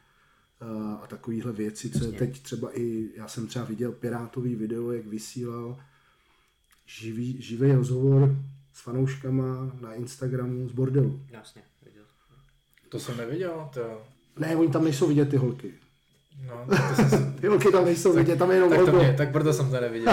a takovýhle věci, co je teď třeba i, já jsem třeba viděl Pirátový video, jak vysílal živý, živý rozhovor s fanouškama na Instagramu z bordelu. Jasně, viděl. To jsem neviděl, to... Ne, oni tam nejsou vidět ty holky. No, to jsem... Ty holky tam nejsou tak, vidět, tam je jenom tak, logo. to mě, tak proto jsem to neviděl.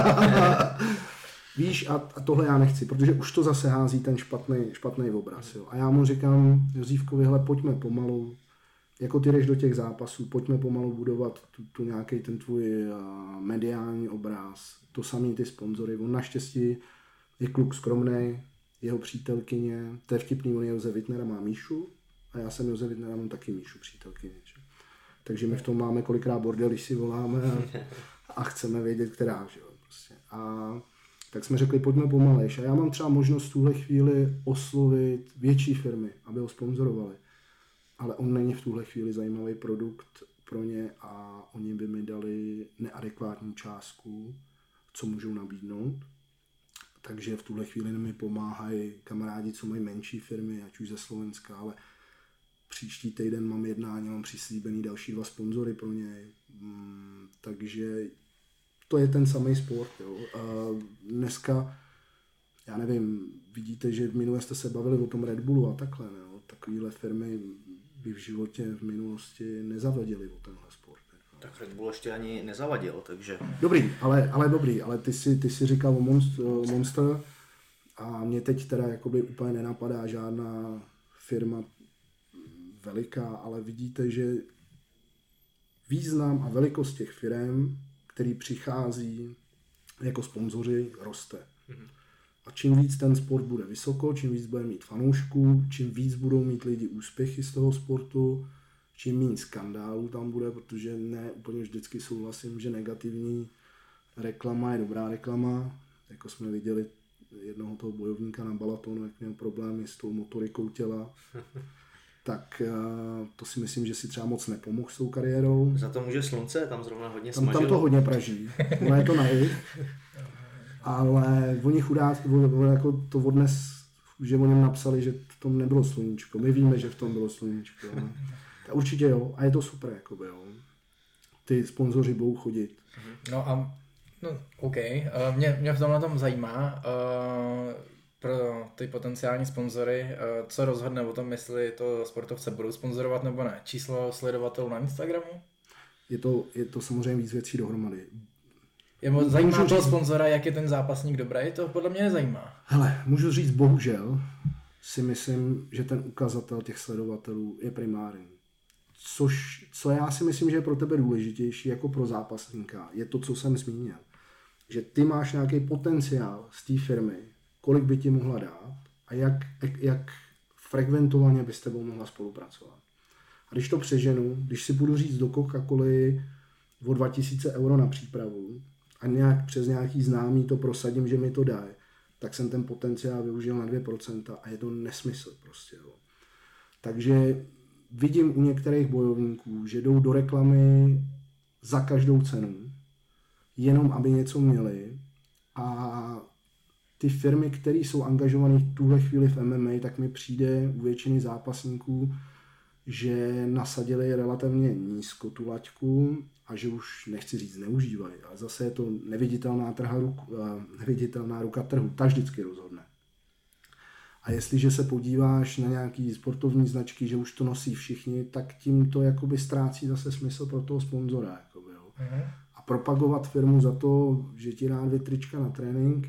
Víš, a, a tohle já nechci, protože už to zase hází ten špatný, špatný obraz. Jo. A já mu říkám, Josívkovi, hele, pojďme pomalu, jako ty jdeš do těch zápasů, pojďme pomalu budovat tu, tu nějaký ten tvůj uh, mediální obraz, to samý ty sponzory. On naštěstí je kluk skromnej, jeho přítelkyně, to je vtipný, on je Josef Wittner a má Míšu, a já jsem Josef Wittner a mám taky Míšu přítelkyně. Že? Takže my v tom máme kolikrát bordel, když si voláme a, a chceme vědět, která. Že? Prostě. A tak jsme řekli, pojďme pomalejš. A já mám třeba možnost v tuhle chvíli oslovit větší firmy, aby ho sponzorovali. Ale on není v tuhle chvíli zajímavý produkt pro ně a oni by mi dali neadekvátní částku, co můžou nabídnout. Takže v tuhle chvíli mi pomáhají kamarádi, co mají menší firmy, ať už ze Slovenska, ale příští týden mám jednání, mám přislíbený další dva sponzory pro něj. Mm, takže to je ten samý sport. Jo. A dneska, já nevím, vidíte, že v minule jste se bavili o tom Red Bullu a takhle. Jo. Takovýhle firmy by v životě v minulosti nezavadili o tenhle sport. Jo. Tak Red Bull ještě ani nezavadil, takže... Dobrý, ale, ale dobrý, ale ty si, ty si říkal o Monster, o Monster a mě teď teda jakoby úplně nenapadá žádná firma veliká, ale vidíte, že význam a velikost těch firm, který přichází jako sponzoři, roste. Mm-hmm. A čím víc ten sport bude vysoko, čím víc bude mít fanoušků, čím víc budou mít lidi úspěchy z toho sportu, čím méně skandálů tam bude, protože ne úplně vždycky souhlasím, že negativní reklama je dobrá reklama. Jako jsme viděli jednoho toho bojovníka na Balatonu, jak měl problémy s tou motorikou těla. Tak to si myslím, že si třeba moc nepomohl s tou kariérou. Za to může slunce, tam zrovna hodně tam, smažilo. Tam to hodně praží, ono je to na jich. Ale oni chudáci, jako to odnes, že o něm napsali, že v tom nebylo sluníčko. My víme, že v tom bylo sluníčko. Ne? Tak určitě jo, a je to super, jakoby, jo. Ty sponzoři budou chodit. No a, no, OK, uh, mě, mě v tomhle tom zajímá, uh, pro ty potenciální sponzory, uh, co rozhodne o tom, jestli to sportovce budou sponzorovat nebo ne. Číslo sledovatelů na Instagramu? Je to, je to samozřejmě víc věcí dohromady. Je mo- zajímá toho říct... sponzora, jak je ten zápasník dobrý? To podle mě nezajímá. Hele, můžu říct, bohužel si myslím, že ten ukazatel těch sledovatelů je primární. Což, co já si myslím, že je pro tebe důležitější jako pro zápasníka, je to, co jsem zmínil. Že ty máš nějaký potenciál z té firmy, kolik by ti mohla dát a jak, jak, jak frekventovaně by s tebou mohla spolupracovat. A když to přeženu, když si budu říct do Coca-Coly o dva tisíce euro na přípravu a nějak přes nějaký známý to prosadím, že mi to dají, tak jsem ten potenciál využil na dvě procenta a je to nesmysl prostě. Jo. Takže vidím u některých bojovníků, že jdou do reklamy za každou cenu, jenom aby něco měli a ty firmy, které jsou angažované v tuhle chvíli v M M A, tak mi přijde u většiny zápasníků, že nasadili relativně nízko tu laťku a že už nechci říct zneužívají, ale zase je to neviditelná, trha, neviditelná ruka trhu, ta vždycky rozhodne. A jestliže se podíváš na nějaký sportovní značky, že už to nosí všichni, tak tím to jakoby ztrácí zase smysl pro toho sponzora. Jakoby, jo. Mm-hmm. A propagovat firmu za to, že ti dá dvě trička na trénink,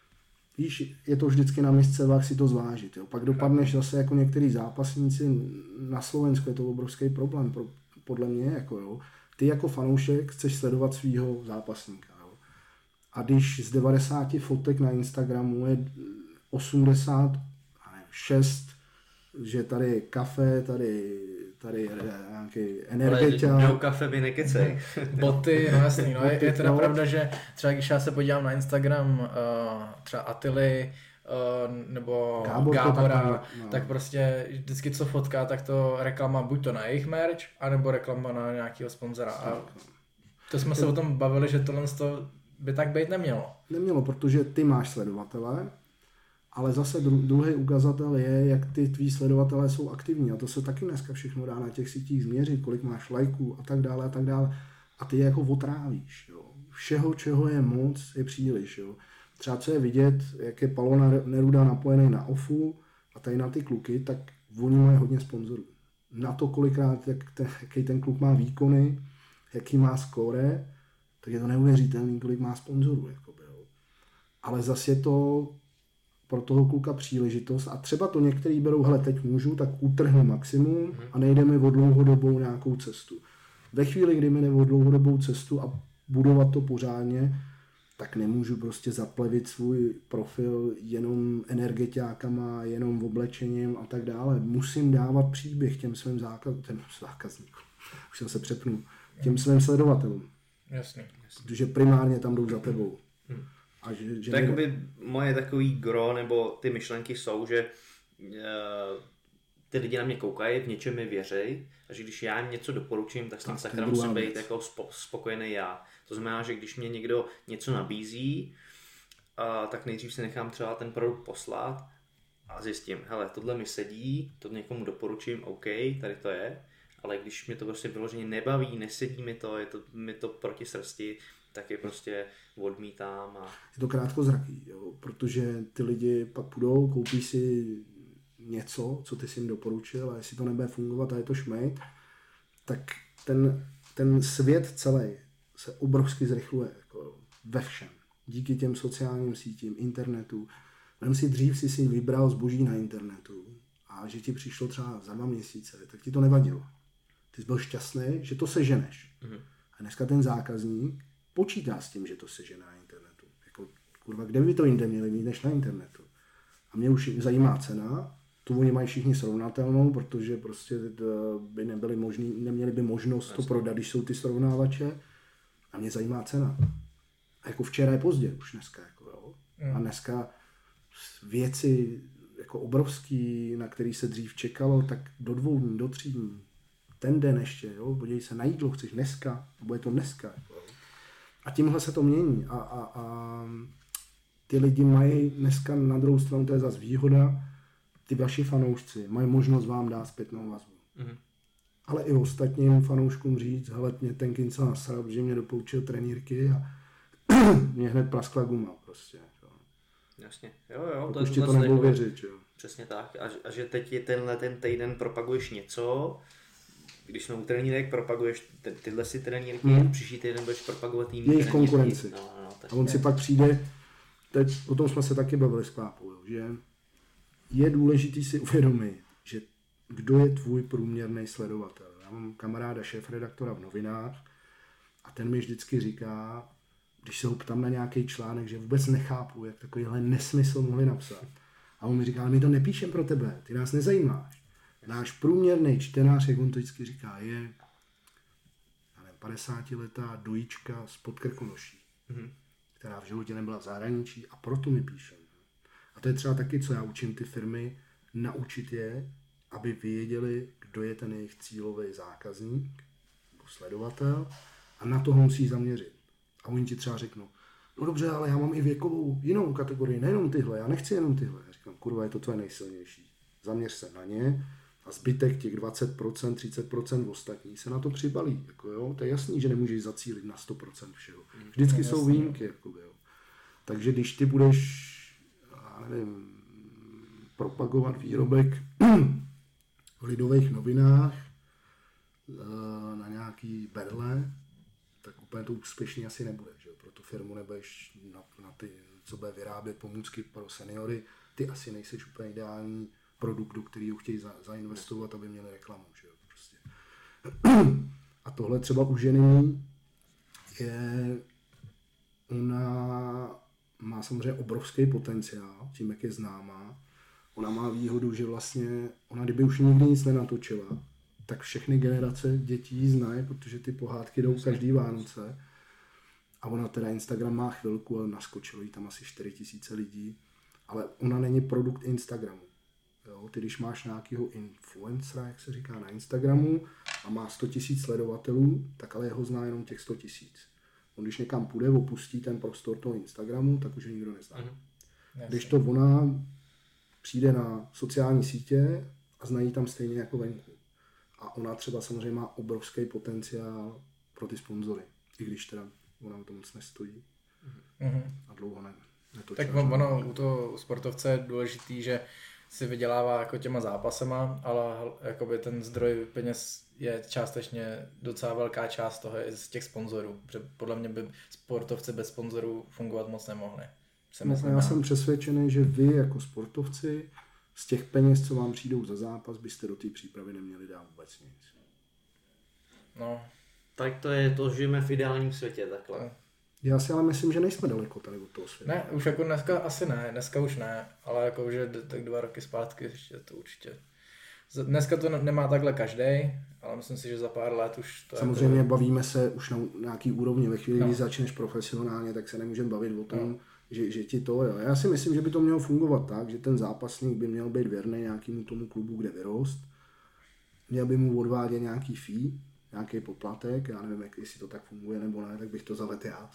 víš, je to vždycky na misce vah si to zvážit. Jo. Pak dopadneš zase jako některý zápasníci na Slovensku, je to obrovský problém pro, podle mě. Jako, jo. Ty jako fanoušek chceš sledovat svýho zápasníka. Jo. A když z devadesáti fotek na Instagramu je osmdesát šest, že tady je kafe, tady, tady je nějaký energeťák. Ale do kafe by nekecej. Boty, no jasný, no je, je teda no. pravda, že třeba když já se podívám na Instagram uh, třeba Attily uh, nebo Gábor Gábora, tak, no. tak prostě vždycky co fotká, tak to reklama buď to na jejich merch, anebo reklama na nějakého sponzora. A to jsme se o tom bavili, že tohle by tak být nemělo. Nemělo, protože ty máš sledovatele, ale zase dru- druhý ukazatel je, jak ty tví sledovatelé jsou aktivní a to se taky dneska všechno dá na těch sítích změřit, kolik máš lajků a tak dále a tak dále a ty je jako otrávíš. Jo. Všeho, čeho je moc, je příliš. Jo. Třeba co je vidět, jak je Palo Neruda napojený na Ofu a tady na ty kluky, tak oni mají hodně sponzorů. Na to, kolikrát, jak ten, jaký ten kluk má výkony, jaký má skóre, tak je to neuvěřitelný, kolik má sponzorů. Jakoby, jo. Ale zase je to pro toho kluka příležitost a třeba to některý berou, hele, teď můžu, tak utrhnu maximum a nejde mi o dlouhodobou nějakou cestu. Ve chvíli, kdy mi jde o dlouhodobou cestu a budovat to pořádně, tak nemůžu prostě zaplevit svůj profil jenom energetiákama, jenom oblečením a tak dále. Musím dávat příběh těm svým zákaz, těm zákazníkům, už jsem se přepnul, těm svým sledovatelům. Jasně. Protože primárně tam jdou za tebou. Hmm. A že, že tak by moje takový gro, nebo ty myšlenky jsou, že uh, ty lidi na mě koukají, v něčem mi věří a že když já jim něco doporučím, tak s tím sakra musím být jako spo, spokojený já. To znamená, že když mě někdo něco nabízí, uh, tak nejdřív si nechám třeba ten produkt poslat a zjistím, hele, tohle mi sedí, to někomu doporučím, OK, tady to je, ale když mě to prostě vyloženě nebaví, nesedí mi to, je to mi to proti srsti, tak je prostě odmítám. A... Je to krátkozraký, jo, protože ty lidi pak půjdou, koupí si něco, co ty jsi jim doporučil a jestli to nebude fungovat a je to šmejt, tak ten, ten svět celý se obrovsky zrychluje jako ve všem. Díky těm sociálním sítím, internetu. Vem si dřív si si vybral zboží na internetu a že ti přišlo třeba za dva měsíce, tak ti to nevadilo. Ty jsi byl šťastný, že to seženeš. Mm-hmm. A dneska ten zákazník počítá s tím, že to sežene na internetu. Jako, kurva, kde by to jinde měli mít než na internetu? A mě už zajímá cena, tu oni mají všichni srovnatelnou, protože prostě by nebyly možný, neměli by možnost to prodat, když jsou ty srovnávače. A mě zajímá cena. A jako včera je pozdě, už dneska. Jako, jo. A dneska věci jako obrovský, na který se dřív čekalo, tak do dvou dní, do tří dní. Ten den ještě, jo, podívej se na jídlo, chceš dneska, nebo je to dneska. Jako, jo. A tímhle se to mění. A, a, a ty lidi mají dneska na druhou stranu, to je zase výhoda, ty vaši fanoušci mají možnost vám dát zpětnou vazbu. Mm-hmm. Ale i ostatním fanouškům říct, hele, mě ten Kinca nasral, protože mě dopoučil trenýrky a mě hned praskla guma prostě. Jo. Jasně, jo, jo. To už ti to nebudou věřit, jo. Přesně tak. A, a že teď je tenhle ten týden propaguješ něco, když jsme u trenírek, propaguješ ty, tyhle si trenírky, hmm. příští týden budeš propagovat jiný jejich konkurenci. No, no, a on si pak přijde, teď o tom jsme se taky bavili s Klápou, že je důležitý si uvědomit, že kdo je tvůj průměrný sledovatel. Já mám kamaráda, šéfredaktora v novinách a ten mi vždycky říká, když se ho ptám na nějaký článek, že vůbec nechápu, jak takovýhle nesmysl mohli napsat. A on mi říká, ale my to nepíšem pro tebe, ty nás nezajímáš. Náš průměrný čtenář, jak on to vždycky říká, je padesátiletá dojička z Podkrkonoší, mm-hmm. která v životě nebyla v zahraničí a proto mi píšem. A to je třeba taky, co já učím ty firmy, naučit je, aby věděli, kdo je ten jejich cílový zákazník, sledovatel, a na toho musí zaměřit. A oni ti třeba řeknou, no dobře, ale já mám i věkovou jinou kategorii, nejenom tyhle, já nechci jenom tyhle. Já říkám, kurva, je to tvoje nejsilnější. Zaměř se na ně a zbytek těch dvacet procent, třicet procent ostatní se na to přibalí. Jako jo? To je jasný, že nemůžeš zacílit na sto procent všeho. Vždycky jsou výjimky. Jako jo. Takže když ty budeš, já nevím, propagovat výrobek v Lidových novinách na nějaký berle, tak úplně to úspěšný asi nebude. Že? Pro tu firmu nebudeš na, na ty, co bude vyrábět pomůcky pro seniory, ty asi nejseš úplně ideální produkt, do kterého chtějí za, zainvestovat, aby měli reklamu. Že? Prostě. A tohle třeba u ženy je, ona má samozřejmě obrovský potenciál, tím, jak je známá. Ona má výhodu, že vlastně, ona kdyby už nikdy nic nenatočila, tak všechny generace dětí znají, protože ty pohádky jdou každý Vánoce. A ona teda Instagram má chvilku, ale naskočilo jí tam asi čtyři tisíce lidí. Ale ona není produkt Instagramu. Jo, ty když máš nějakého influencera, jak se říká, na Instagramu a má sto tisíc sledovatelů, tak ale jeho zná jenom těch sto tisíc. On když někam půjde, opustí ten prostor toho Instagramu, tak už ho nikdo nezná. Mm-hmm. Když to ona přijde na sociální sítě a znají tam stejně jako venku. A ona třeba samozřejmě má obrovský potenciál pro ty sponzory, i když teda ona to moc nestojí. Mm-hmm. A dlouho ne, netočí. Tak ono u toho sportovce je důležitý, že si vydělává jako těma zápasema, ale jakoby ten zdroj peněz je částečně docela velká část toho je z těch sponzorů. Protože podle mě by sportovci bez sponzorů fungovat moc nemohli. Jsem no, já jsem přesvědčený, že vy jako sportovci z těch peněz, co vám přijdou za zápas, byste do té přípravy neměli dát vůbec nic. No. Tak to je to, žijeme v ideálním světě takhle. No. Já si ale myslím, že nejsme daleko tady od toho světa. Ne, už jako dneska asi ne, dneska už ne, ale jako že tak dva roky zpátky ještě to určitě. Dneska to nemá takhle každý, ale myslím si, že za pár let už to samozřejmě jako... bavíme se už na nějaký úrovni. Ve chvíli, no. Kdy začneš profesionálně, tak se nemůžeme bavit o tom, no. že, že ti to, jo. Já si myslím, že by to mělo fungovat tak, že ten zápasník by měl být věrný nějakému tomu klubu, kde vyrost. Měl by mu odvádět nějaký fee, nějaký poplatek, já nevím, jak, jestli to tak funguje nebo ne, tak bych to zavedl já.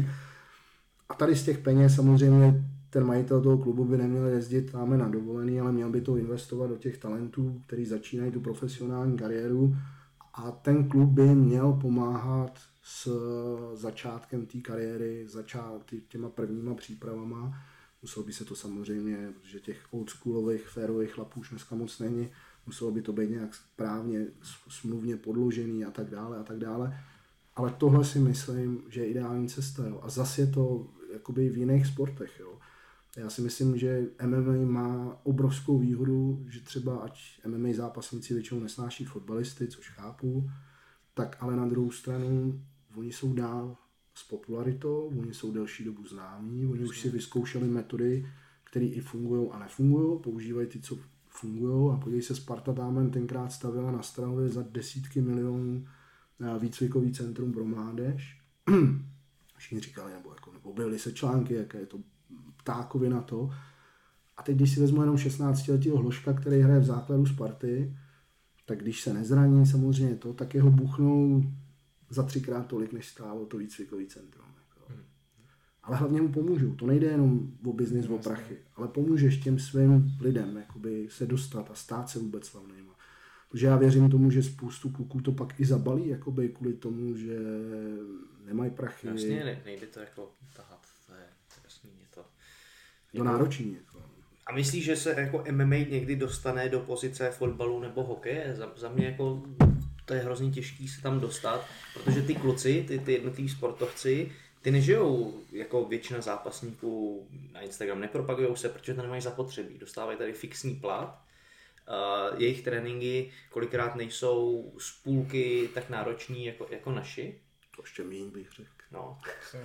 A tady z těch peněz samozřejmě ten majitel toho klubu by neměl jezdit tam na dovolený, ale měl by to investovat do těch talentů, kteří začínají tu profesionální kariéru a ten klub by měl pomáhat s začátkem té kariéry, začát těma prvníma přípravama. Muselo by se to samozřejmě, že těch oldschoolových, férových chlapů už dneska moc není, muselo by to být nějak správně, smluvně podložený a tak dále a tak dále. Ale tohle si myslím, že je ideální cesta. Jo. A zase je to jakoby v jiných sportech. Jo. Já si myslím, že M M A má obrovskou výhodu, že třeba ať M M A zápasníci většinou nesnáší fotbalisty, což chápu, tak ale na druhou stranu oni jsou dál s popularitou, oni jsou delší dobu známí, oni už si vyzkoušeli metody, které i fungují a nefungují, používají ty, co fungují a podívej se, Sparta Támen tenkrát stavila na Strahově za desítky milionů výcvikový centrum pro mládež. Všichni říkali, nebo, jako, nebo objevily se články, jaké je to ptákovina to. A teď, když si vezmu jenom šestnáctiletého Hloška, který hraje v základu Sparty, tak když se nezraní samozřejmě to, tak jeho buchnou za třikrát tolik, než stálo to výcvikový centrum. Jako. Hmm. Ale hlavně mu pomůžou. To nejde jenom o biznis, o prachy, ale pomůžeš těm svým lidem jakoby se dostat a stát se vůbec slavnýma. Protože já věřím tomu, že spoustu kluků to pak i zabalí, jakoby kvůli tomu, že nemají prachy. Jasně, nejde to jako tahat, to je jasný, je to... Do náročení. Jako. A myslíš, že se jako M M A někdy dostane do pozice fotbalu nebo hokeje? Za, za mě jako to je hrozně těžký se tam dostat, protože ty kluci, ty, ty jednotliví sportovci, ty nežijou jako většina zápasníků na Instagram, nepropagujou se, protože to nemají zapotřebí. Dostávají tady fixní plat. Uh, jejich tréninky kolikrát nejsou z půlky tak nároční jako, jako naši. To ještě míň bych řekl. No.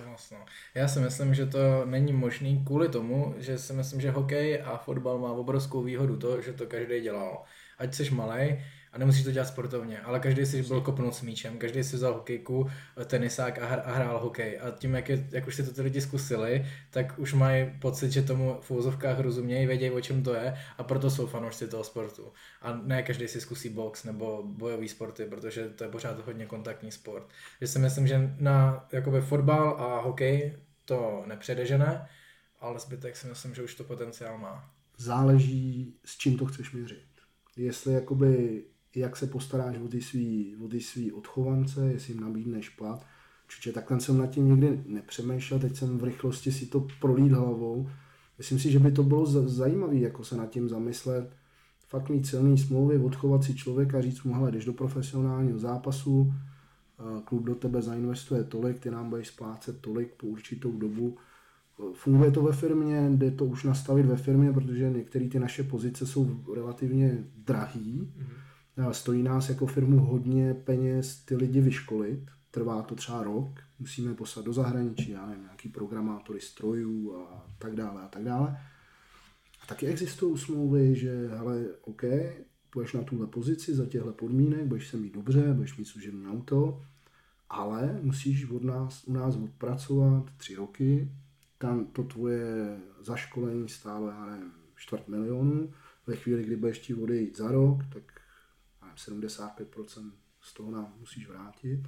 Já si myslím, že to není možný kvůli tomu, že si myslím, že hokej a fotbal má obrovskou výhodu to, že to každý dělal. Ať jsi malej a nemusíš to dělat sportovně, ale každý si byl kopnout s míčem, každý si vzal hokejku, tenisák a, hr, a hrál hokej. A tím, jak, je, jak už si to ty lidi zkusili, tak už mají pocit, že tomu v úvozovkách rozumějí, vědějí, o čem to je a proto jsou fanoušci toho sportu. A ne každý si zkusí box nebo bojový sporty, protože to je pořád hodně kontaktní sport. Já si myslím, že na jakoby fotbal a hokej to nepředežene, ale zbytek si myslím, že už to potenciál má. Záleží, s čím to chceš měřit. Jestli jakoby, jak se postaráš o ty svý, o ty svý odchovance, jestli jim nabídneš plat. Čiže takhle jsem nad tím nikdy nepřemýšlel, teď jsem v rychlosti si to prolít hlavou. Myslím si, že by to bylo zajímavé, jako se nad tím zamyslet, fakt mít silný smlouvy, odchovat si člověka, říct mu, hele, jdeš do profesionálního zápasu, klub do tebe zainvestuje tolik, ty nám budeš splácet tolik po určitou dobu. Funguje to ve firmě, jde to už nastavit ve firmě, protože některé ty naše pozice jsou relativně drahý. Mm-hmm. Stojí nás jako firmu hodně peněz ty lidi vyškolit. Trvá to třeba rok, musíme poslat do zahraničí, já nevím, nějaký programátory strojů a tak dále a tak dále. A taky existují smlouvy, že hele, OK, půjdeš na tuhle pozici za těchto podmínek, budeš se mít dobře, budeš mít služební auto, ale musíš od nás, u nás odpracovat tři roky, tam to tvoje zaškolení stálo, já nevím, čtvrt milionu, ve chvíli, kdy budeš ti odejít za rok, tak nevím, sedmdesát pět procent z toho nám musíš vrátit.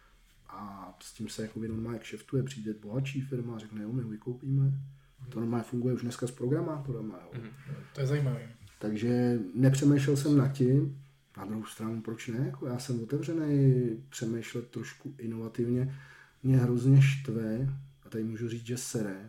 A s tím se jako normálně kšeftuje, přijde bohatší firma a řekne, jo, my ho vykoupíme. Mm. To normálně funguje už dneska s programátorama. Jo. Mm. To je zajímavé. Takže nepřemýšlel jsem nad tím, na druhou stranu, proč ne? Jako já jsem otevřený přemýšlet trošku inovativně. Mě hrozně štve, a tady můžu říct, že sere,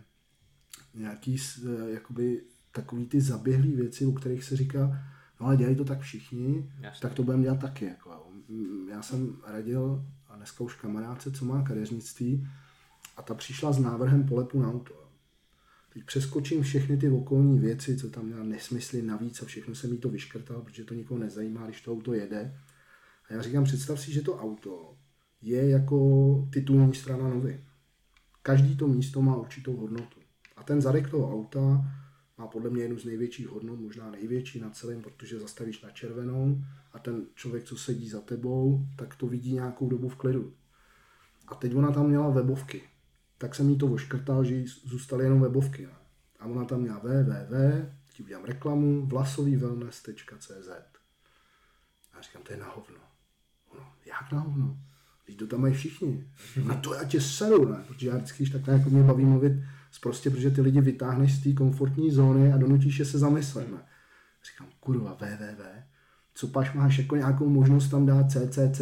nějaký jakoby takový ty zaběhlý věci, o kterých se říká, no ale dělají to tak všichni, Jasně. tak to budeme dělat taky. Jako, já jsem radil a dneska už kamarádce, co má kadeřnictví, a ta přišla s návrhem polepu na auto. Teď přeskočím všechny ty okolní věci, co tam měla nesmysly navíc a všechno jsem jí to vyškrtal, protože to nikoho nezajímá, když to auto jede. A já říkám, představ si, že to auto je jako titulní strana novin. Každý to místo má určitou hodnotu. A ten zadek toho auta má podle mě jednu z největších hodnot, možná největší na celém, protože zastavíš na červenou a ten člověk, co sedí za tebou, tak to vidí nějakou dobu v klidu. A teď ona tam měla webovky. Tak jsem jí to oškrtal, že jí zůstaly jenom webovky. Ne? A ona tam měla www, ti udělám reklamu, vlasový wellness tečka cé zet. A já říkám, to je na hovno. Ono, jak na hovno? Když to tam mají všichni. Na to já tě seru, ne? Protože já vždycky, když takhle jako mě baví mluvit prostě, protože ty lidi vytáhneš z té komfortní zóny a donutíš je se zamyslet. Ne? Říkám, kurva, www. Co pak máš jako nějakou možnost tam dát cc?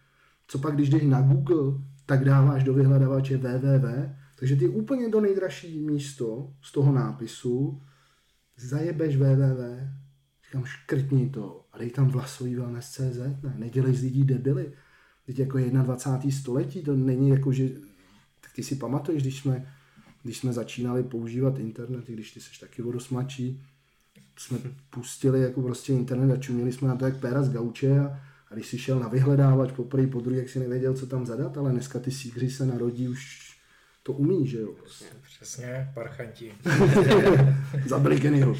Co pak, když jdeš na Google, tak dáváš do vyhledavače www. Takže ty úplně do nejdražší místo z toho nápisu zajebeš www. Říkám, škrtni to a dej tam vlasový wellness tečka cé zet. Ne, nedělej z lidí debily. Teď jako dvacátého prvního století, to není jako, že tak ty si pamatuješ, když jsme, když jsme začínali používat internet, když ty seš taky vodosmačí, jsme pustili jako prostě internet a čuměli jsme na to jak péra z gauče a, a když si šel na vyhledávač poprvé, podruhé, jak si nevěděl, co tam zadat, ale dneska ty sígři se narodí, už to umí, že jo? Přesně, přesně parchanti. Zabili Kennyho.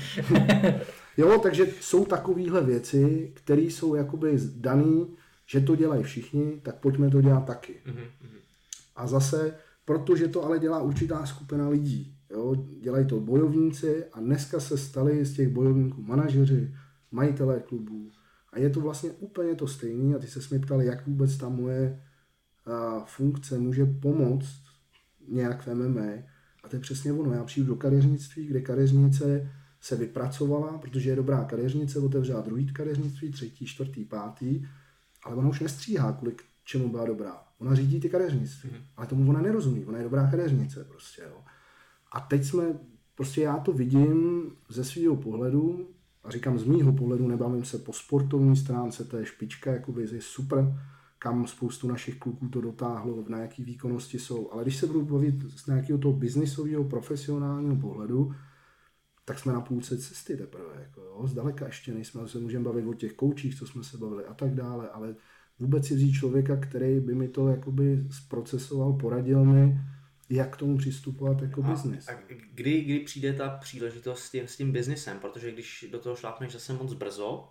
Jo, takže jsou takovéhle věci, které jsou jakoby daný, že to dělají všichni, tak pojďme to dělat taky. Mm-hmm. A zase, protože to ale dělá určitá skupina lidí. Jo? Dělají to bojovníci a dneska se stali z těch bojovníků manažeři, majitelé klubů. A je to vlastně úplně to stejné. A ty se mě ptali, jak vůbec ta moje a, funkce může pomoct nějak v M M A. A to je přesně ono. Já přijdu do kadeřnictví, kde kadeřnice se vypracovala, protože je dobrá kadeřnice, otevřela druhý kadeřnictví, třetí, čtvrtý, pátý. Ale ona už nestříhá, kvůli čemu byla dobrá. Ona řídí ty kadeřnictví, mm. ale tomu ona nerozumí, ona je dobrá kadeřnice prostě, jo. A teď jsme, prostě já to vidím ze svého pohledu, a říkám z mýho pohledu, nebavím se po sportovní stránce, to je špička, jakoby je super, kam spoustu našich kluků to dotáhlo, na jaký výkonnosti jsou, ale když se budu bavit z nějakého toho biznisového, profesionálního pohledu, tak jsme na půlce cesty teprve, jako jo, zdaleka ještě nejsme, se můžeme bavit o těch koučích, co jsme se bavili a tak dále, ale vůbec si vzít člověka, který by mi to jakoby zprocesoval, poradil mi, jak k tomu přistupovat jako biznis. A kdy, kdy přijde ta příležitost s tím, s tím biznisem, protože když do toho šlápneš zase moc brzo,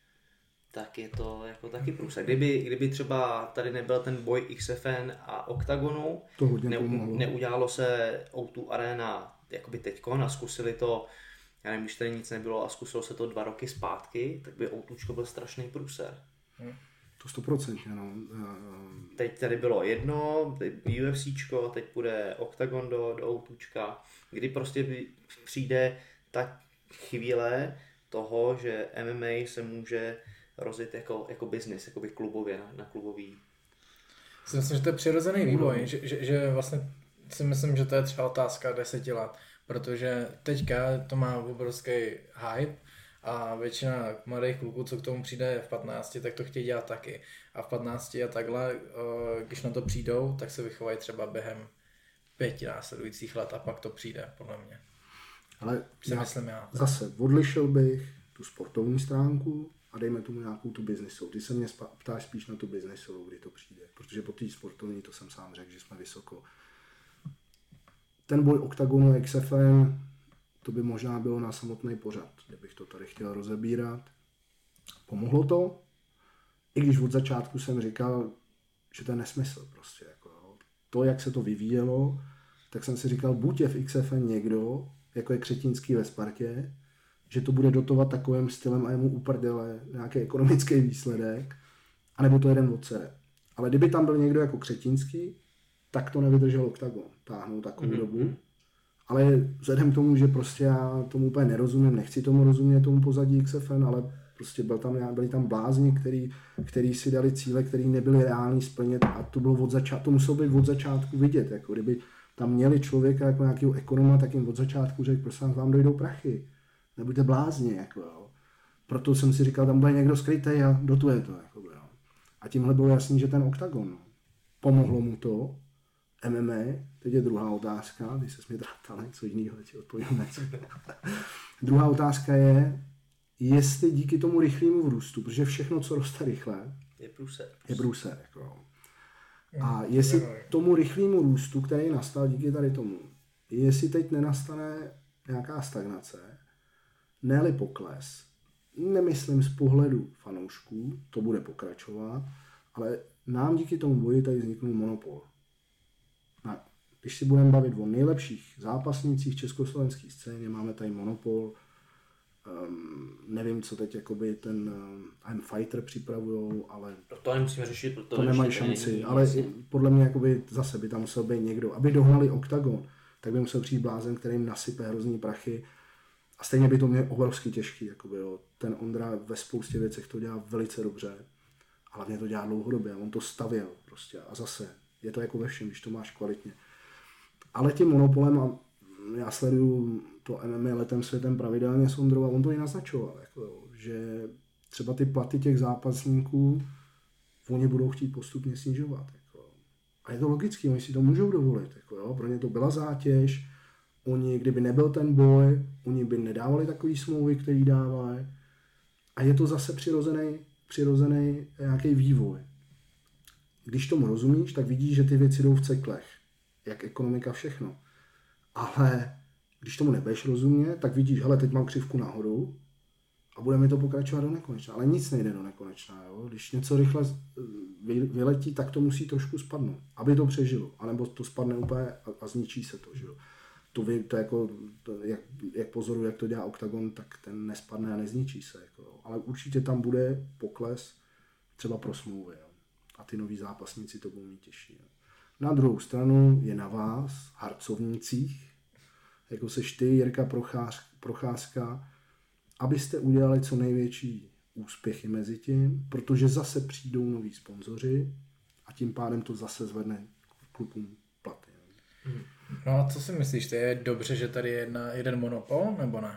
tak je to jako taky průsek. Kdyby, kdyby třeba tady nebyl ten boj X F N a Octagonu, ne, neudělalo se O dva Arena jakoby teďkon a zkusili to, já nevím, když tady nic nebylo a zkusilo se to dva roky zpátky, tak by O dva byl strašný průser. Hmm. To stoprocentně, no. Teď tady bylo jedno, UFCčko, teď půjde Octagon do, do Outučka, kdy prostě přijde ta chvíle toho, že M M A se může rozjet jako, jako business, jako by klubově, na, na klubový. Si myslím, že to je přirozený vývoj, že, že, že vlastně si myslím, že to je třeba otázka deseti let, protože teďka to má obrovský hype a většina mladých kluků, co k tomu přijde v patnácti, tak to chtějí dělat taky. A v patnácti a takhle, když na to přijdou, tak se vychovají třeba během pěti následujících let a pak to přijde, podle mě. Ale si já, myslím já. Zase odlišil bych tu sportovní stránku a dejme tomu nějakou tu biznisovou. Ty se mě ptáš spíš na tu biznisovou, kdy to přijde. Protože po té sportovní, to jsem sám řekl, že jsme vysoko. Ten boj Octagonu X F N, to by možná bylo na samotný pořad, kdybych to tady chtěl rozebírat. Pomohlo to, i když od začátku jsem říkal, že to je nesmysl prostě. Jako, to, jak se to vyvíjelo, tak jsem si říkal, buď je v X F N někdo, jako je Křetínský ve Spartě, že to bude dotovat takovým stylem a je mu uprdele nějaký ekonomický výsledek, anebo to jeden odsere. Ale kdyby tam byl někdo jako Křetínský, tak to nevydržel Octagon, táhnou takovou mm-hmm. dobu. Ale vzhledem k tomu, že prostě já tomu úplně nerozumím, nechci tomu rozumět, tomu pozadí X F N, ale prostě byl tam, byli tam blázni, který, který si dali cíle, které nebyly reální splnit a to bylo od začátku, to muselo být od začátku vidět, jako kdyby tam měli člověka jako nějakého ekonoma, tak jim od začátku řekl, prosím vám dojdou prachy, nebuďte blázni, jako jo. Proto jsem si říkal, tam bude někdo skrytej a dotuje to, jako jo. A tímhle bylo jasný, že ten Octagon, no. Pomohlo mu to, M M A, teď je druhá otázka, když se smět ptala něco jiného, teď odpovím něco. Druhá otázka je, jestli díky tomu rychlému vrůstu, protože všechno, co roste rychle, je průser. Je průser, jako. A jestli tomu rychlému růstu, který nastal díky tady tomu, jestli teď nenastane nějaká stagnace, ne-li pokles, nemyslím z pohledu fanoušků, to bude pokračovat, ale nám díky tomu boji tady vzniknul monopol. A když si budeme bavit o nejlepších zápasnících československé scéně, máme tady monopol. Um, nevím, co teď jakoby ten um, I'm Fighter připravujou, ale to nemusíme řešit, to, to nemají šanci, ale podle mě jakoby zase by tam musel být někdo, aby dohnali Octagon, tak by musel přijít blázen, který jim nasype hrozný prachy a stejně by to mělo obrovsky těžký, jakoby, jo. Ten Ondra ve spoustě věcech to dělá velice dobře, a hlavně to dělá dlouhodobě, on to stavěl prostě a zase je to jako ve všem, když to máš kvalitně. Ale tím monopolem, a já sleduju to M M A letem světem pravidelně s Ondrou a on to i naznačoval, jako, že třeba ty platy těch zápasníků oni budou chtít postupně snižovat. Jako. A je to logický, oni si to můžou dovolit. Jako, jo. Pro ně to byla zátěž, oni, kdyby nebyl ten boj, oni by nedávali takový smlouvy, který dávají. A je to zase přirozený, přirozený nějaký vývoj. Když tomu rozumíš, tak vidíš, že ty věci jdou v cyklech. Jak ekonomika, všechno. Ale když tomu nebudeš rozumět, tak vidíš, hele, teď mám křivku nahoru a bude mi to pokračovat do nekonečna. Ale nic nejde do nekonečna. Jo? Když něco rychle vyletí, tak to musí trošku spadnout, aby to přežilo. A nebo to spadne úplně a, a zničí se to. Že jo? To, vy, to jako, to, jak, jak pozoruju, jak to dělá Octagon, tak ten nespadne a nezničí se. Jako, jo? Ale určitě tam bude pokles třeba pro smlouvy. Jo? A ty noví zápasníci to budou mít těžší. Jo? Na druhou stranu je na vás, harcovnících, jako seš ty, Jirka Procház, Procházka, abyste udělali co největší úspěchy mezi tím, protože zase přijdou noví sponzoři a tím pádem to zase zvedne klubům platy. No a co si myslíš, to je dobře, že tady je jedna, jeden monopol, nebo ne?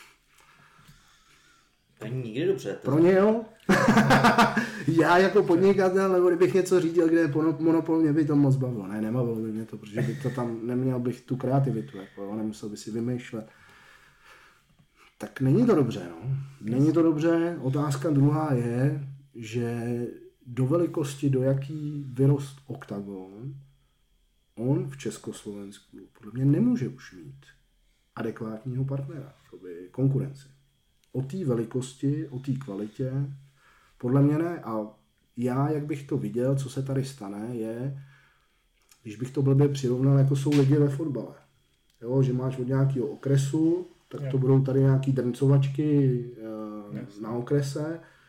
To není nikdy dobře. To... Pro ně jo. Já jako podnikatel, nebo kdybych něco řídil, kde je monopol, mě by to moc bavilo. Ne, nebavilo by mě to, protože by to tam neměl bych tu kreativitu, jako, nemusel by si vymýšlet. Tak není to dobře, no. Není to dobře. Otázka druhá je, že do velikosti, do jaký vyrost Octagon, on v Československu podle mě nemůže už mít adekvátního partnera, jakoby konkurenci. O té velikosti, o té kvalitě, podle mě ne. A já, jak bych to viděl, co se tady stane, je, když bych to blbě přirovnal, jako jsou ligy ve fotbale. Jo, že máš od nějakého okresu, tak to budou tady nějaký drncovačky e, na okrese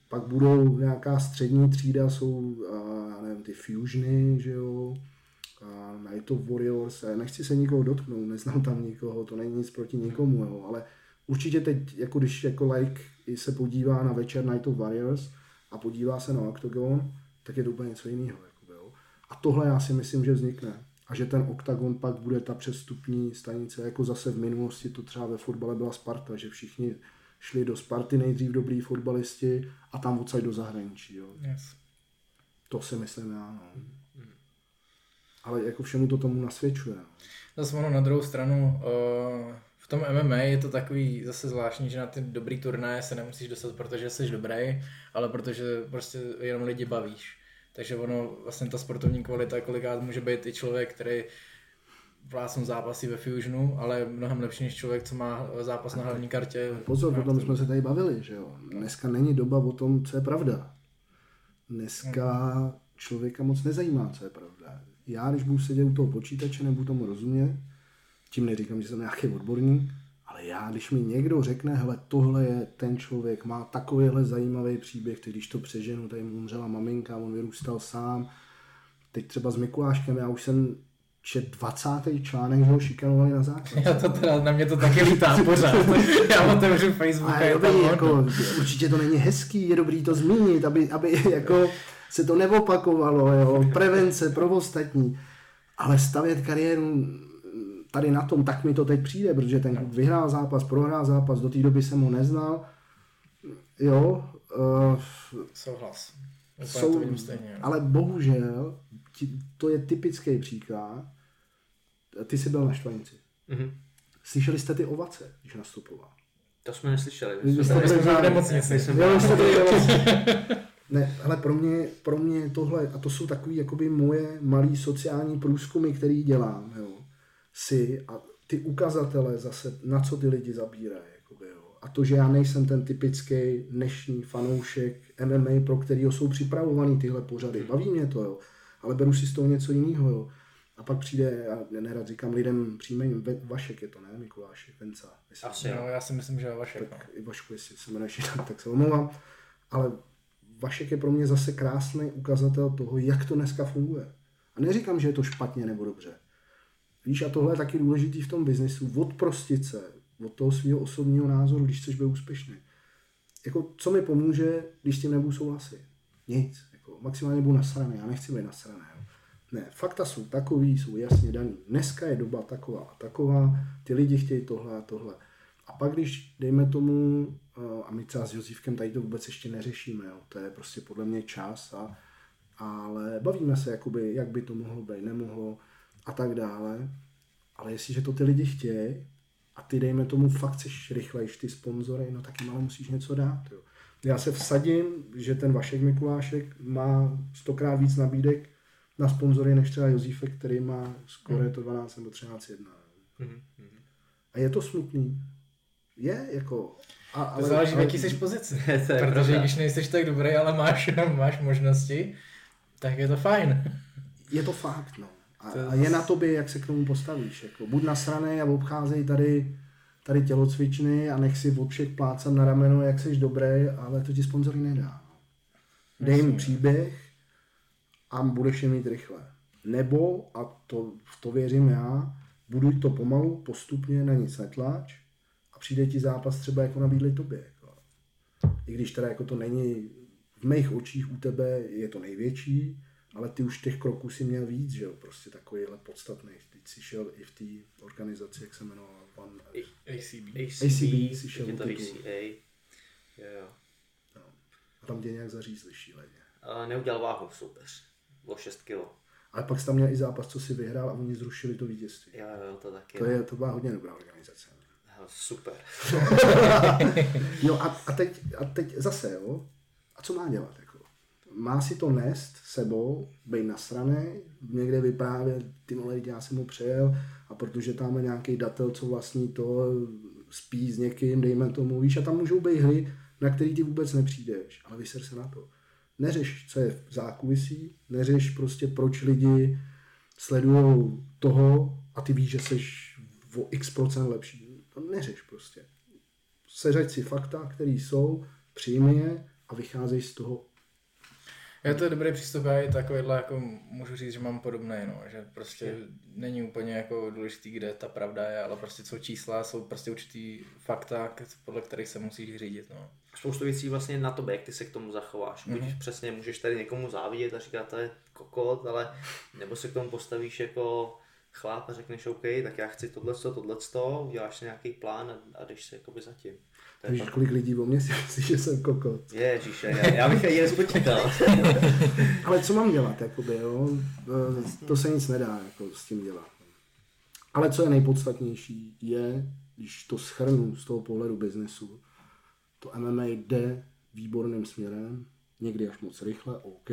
pak budou nějaká střední třída, jsou, já nevím, ty Fusiony, že jo, a Night of Warriors, a nechci se nikoho dotknout, neznám tam nikoho, to není nic proti nikomu, jo, ale určitě teď, jako když jako like se podívá na večer Night of Warriors a podívá se na Octagon, tak je to úplně něco jiného. Jako, jo. A tohle já si myslím, že vznikne. A že ten Octagon pak bude ta přestupní stanice, jako zase v minulosti to třeba ve fotbale byla Sparta, že všichni šli do Sparty nejdřív dobrý fotbalisti a tam odsaď do zahraničí. Jo. Yes. To si myslím já. No. Ale jako všemu to tomu nasvědčuje. Zase ono na druhou stranu, v tom M M A je to takový zase zvláštní, že na ty dobrý turnaje se nemusíš dostat, protože jsi dobrý, ale protože prostě jenom lidi bavíš. Takže ono, vlastně ta sportovní kvalita kolikrát může být i člověk, který vlásnou zápasy ve Fusionu, ale mnohem lepší než člověk, co má zápas na hlavní kartě. Pozor, o tom jsme se tady bavili, že jo. Dneska není doba o tom, co je pravda. Dneska člověka moc nezajímá, co je pravda. Já, když budu sedět u toho počítače, nebudu tomu rozumět, tím neříkám, že jsem nějaký odborník, ale já, když mi někdo řekne, hele, tohle je ten člověk, má takovýhle zajímavý příběh, teď když to přeženu, tady mu umřela maminka, on vyrůstal sám, teď třeba s Mikuláškem, já už jsem čet dvacátý článek, že ho šikanovali na základě. Já to teda, na mě to taky lítá pořád. Já otevřu Facebook a je tam jako, určitě to není hezký, je dobrý to zmínit, aby, aby jako se to neopakovalo, jo, prevence pro ostatní, ale stavět kariéru tady na tom, tak mi to teď přijde, protože ten kluk vyhrál zápas, prohrál zápas, do té doby jsem ho neznal, jo. Uh, Souhlas. Jsou, to vidím stejně, ale bohužel, to je typický příklad, ty jsi byl na Štvanici. Mm-hmm. Slyšeli jste ty ovace, když nastupoval? To jsme neslyšeli. Vy jste byli v nemocnici. Ne, ale pro mě, pro mě tohle, a to jsou takový jakoby moje malý sociální průzkumy, který dělám, jo, si a ty ukazatele zase, na co ty lidi zabírají, jakoby, jo. A to, že já nejsem ten typický dnešní fanoušek M M A, pro kterýho jsou připravovaný tyhle pořady. Baví mě to, jo, ale beru si z toho něco jiného, jo. A pak přijde, já nerad říkám lidem příjmením, Vašek je to, ne, Mikulášek, Venca. Asi jo, já si myslím, že Vašek. Tak no. Vašku, jestli se jmenuješ jinak, tak se omlouvám. Ale Vašek je pro mě zase krásný ukazatel toho, jak to dneska funguje. A neříkám, že je to špatně nebo dobře. Víš, a tohle je taky důležitý v tom biznesu, odprostit se od toho svého osobního názoru, když chceš být úspěšný. Jako, co mi pomůže, když s tím nebudu souhlasit? Nic. Jako, maximálně budu nasraný, já nechci být nasraný. Jo. Ne, fakta jsou takový, jsou jasně daný. Dneska je doba taková a taková, ty lidi chtějí tohle a tohle. A pak, když dejme tomu, a my třeba s Josífkem tady to vůbec ještě neřešíme, jo, to je prostě podle mě čas, a, ale bavíme se, jakoby, jak by to mohlo být, nemohlo a tak dále. Ale jestliže to ty lidi chtějí a ty dejme tomu fakt chceš rychlejš ty sponzory, no tak jim ale musíš něco dát. Jo. Já se vsadím, že ten Vašek Mikulášek má stokrát víc nabídek na sponzory než třeba Josífek, který má skoro je to dvanáct nebo třináct jedna. Mm-hmm. A je to smutný. Je, jako... A, ale, to záleží, v jaký jsi pozici. Protože když nejseš tak dobrý, ale máš, máš možnosti, tak je to fajn. Je to fakt, no. A, to... a je na tobě, jak se k tomu postavíš. Jako, buď nasranej a obcházej tady, tady tělocvičny a nech si od všech plácat na rameno, jak jsi dobrý, ale to ti sponzory nedá. Dej jim příběh a budeš je mít rychle. Nebo, a to, v to věřím já, buduj to pomalu, postupně, na nic netlač a přijde ti zápas třeba jako nabídli tobě. Jako. I když teda jako to není, v mých očích u tebe je to největší, ale ty už těch kroků si měl víc, že jo, prostě takovýhle podstatný. Teď si šel i v té organizaci, jak se jmenoval, pan A C B. A C B si šel je to o A C A. Jo, jo. No. A tam tě nějak zařízli šíleně. Uh, neudělal váhu soupeř. Bylo šest kilo. Ale pak jsi tam měl i zápas, co si vyhrál a oni zrušili to vítězství. Jo, jo, to taky. To, je, to byla hodně dobrá organizace. Super. Jo, a, a, teď, a teď zase, jo, a co má dělat? Jako? Má si to nést sebou, být nasranej, někde vyprávět, ty vole, já jsem mu přejel a protože tam je nějaký datel, co vlastní to, spí s někým, dejme tomu, víš, a tam můžou být hry, na který ty vůbec nepřijdeš, ale vyser se na to. Neřeš, co je v zákulisí, neřeš prostě, proč lidi sledujou toho a ty víš, že jsi o x procent lepší. To neřeš prostě. Seřeď si fakta, které jsou, přijmi je a vycházej z toho. Je to dobrý přístup, já i takovýhle jako můžu říct, že mám podobný, no, že prostě není úplně jako důležitý, kde ta pravda je, ale prostě jsou čísla, jsou prostě určitý fakta, podle kterých se musíš řídit, no. Spoustu věcí vlastně na tobě, jak ty se k tomu zachováš. Buď mm-hmm. přesně můžeš tady někomu závidět a říkat, to je kokot, ale nebo se k tomu postavíš jako chlap a řekneš OK, tak já chci tohleto, tohleto, uděláš si nějaký plán a, a jdeš se jakoby za tím. Víš, pak... kolik lidí o mě si myslí, že jsem kokot. Ježiše, já, já bych ani nespočítal. Ale co mám dělat, jakoby, jo? To se nic nedá jako, s tím dělat. Ale co je nejpodstatnější, je, když to shrnu z toho pohledu biznesu, to M M A jde výborným směrem, někdy až moc rychle, OK.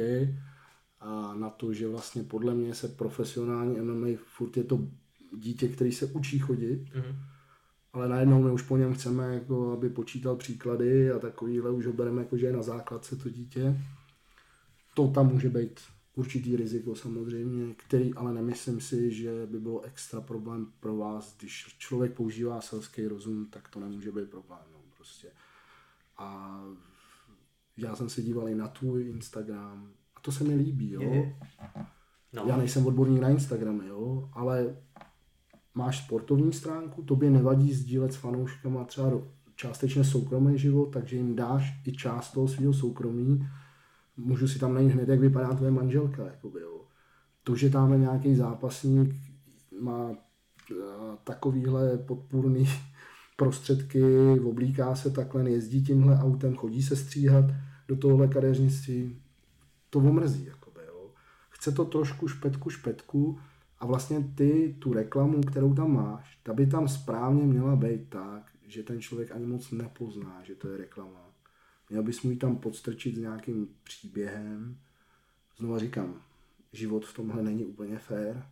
A na to, že vlastně podle mě se profesionální M M A furt je to dítě, který se učí chodit, mm-hmm. ale najednou my už po něm chceme, jako, aby počítal příklady a takovýhle už ho bereme, jako, že je na základce to dítě. To tam může být určitý riziko samozřejmě, který ale nemyslím si, že by bylo extra problém pro vás. Když člověk používá selský rozum, tak to nemůže být problém. No, prostě. A já jsem se díval i na tvůj Instagram a to se mi líbí, jo. No. Já nejsem odborník na Instagram, jo, ale máš sportovní stránku, tobě nevadí sdílet s fanouškama třeba částečně soukromý život, takže jim dáš i část toho svého soukromí. Můžu si tam najít hned, jak vypadá tvoje manželka, jakoby, jo. To, že tam nějaký zápasník má takovýhle podpůrný prostředky, oblíká se takhle, jezdí tímhle autem, chodí se stříhat do tohohle kadeřnictví, to omrzí, jakoby, jo. Chce to trošku špetku špetku a vlastně ty tu reklamu, kterou tam máš, ta by tam správně měla být tak, že ten člověk ani moc nepozná, že to je reklama. Měl bys mu ji tam podstrčit s nějakým příběhem. Znova říkám, život v tomhle není úplně fair,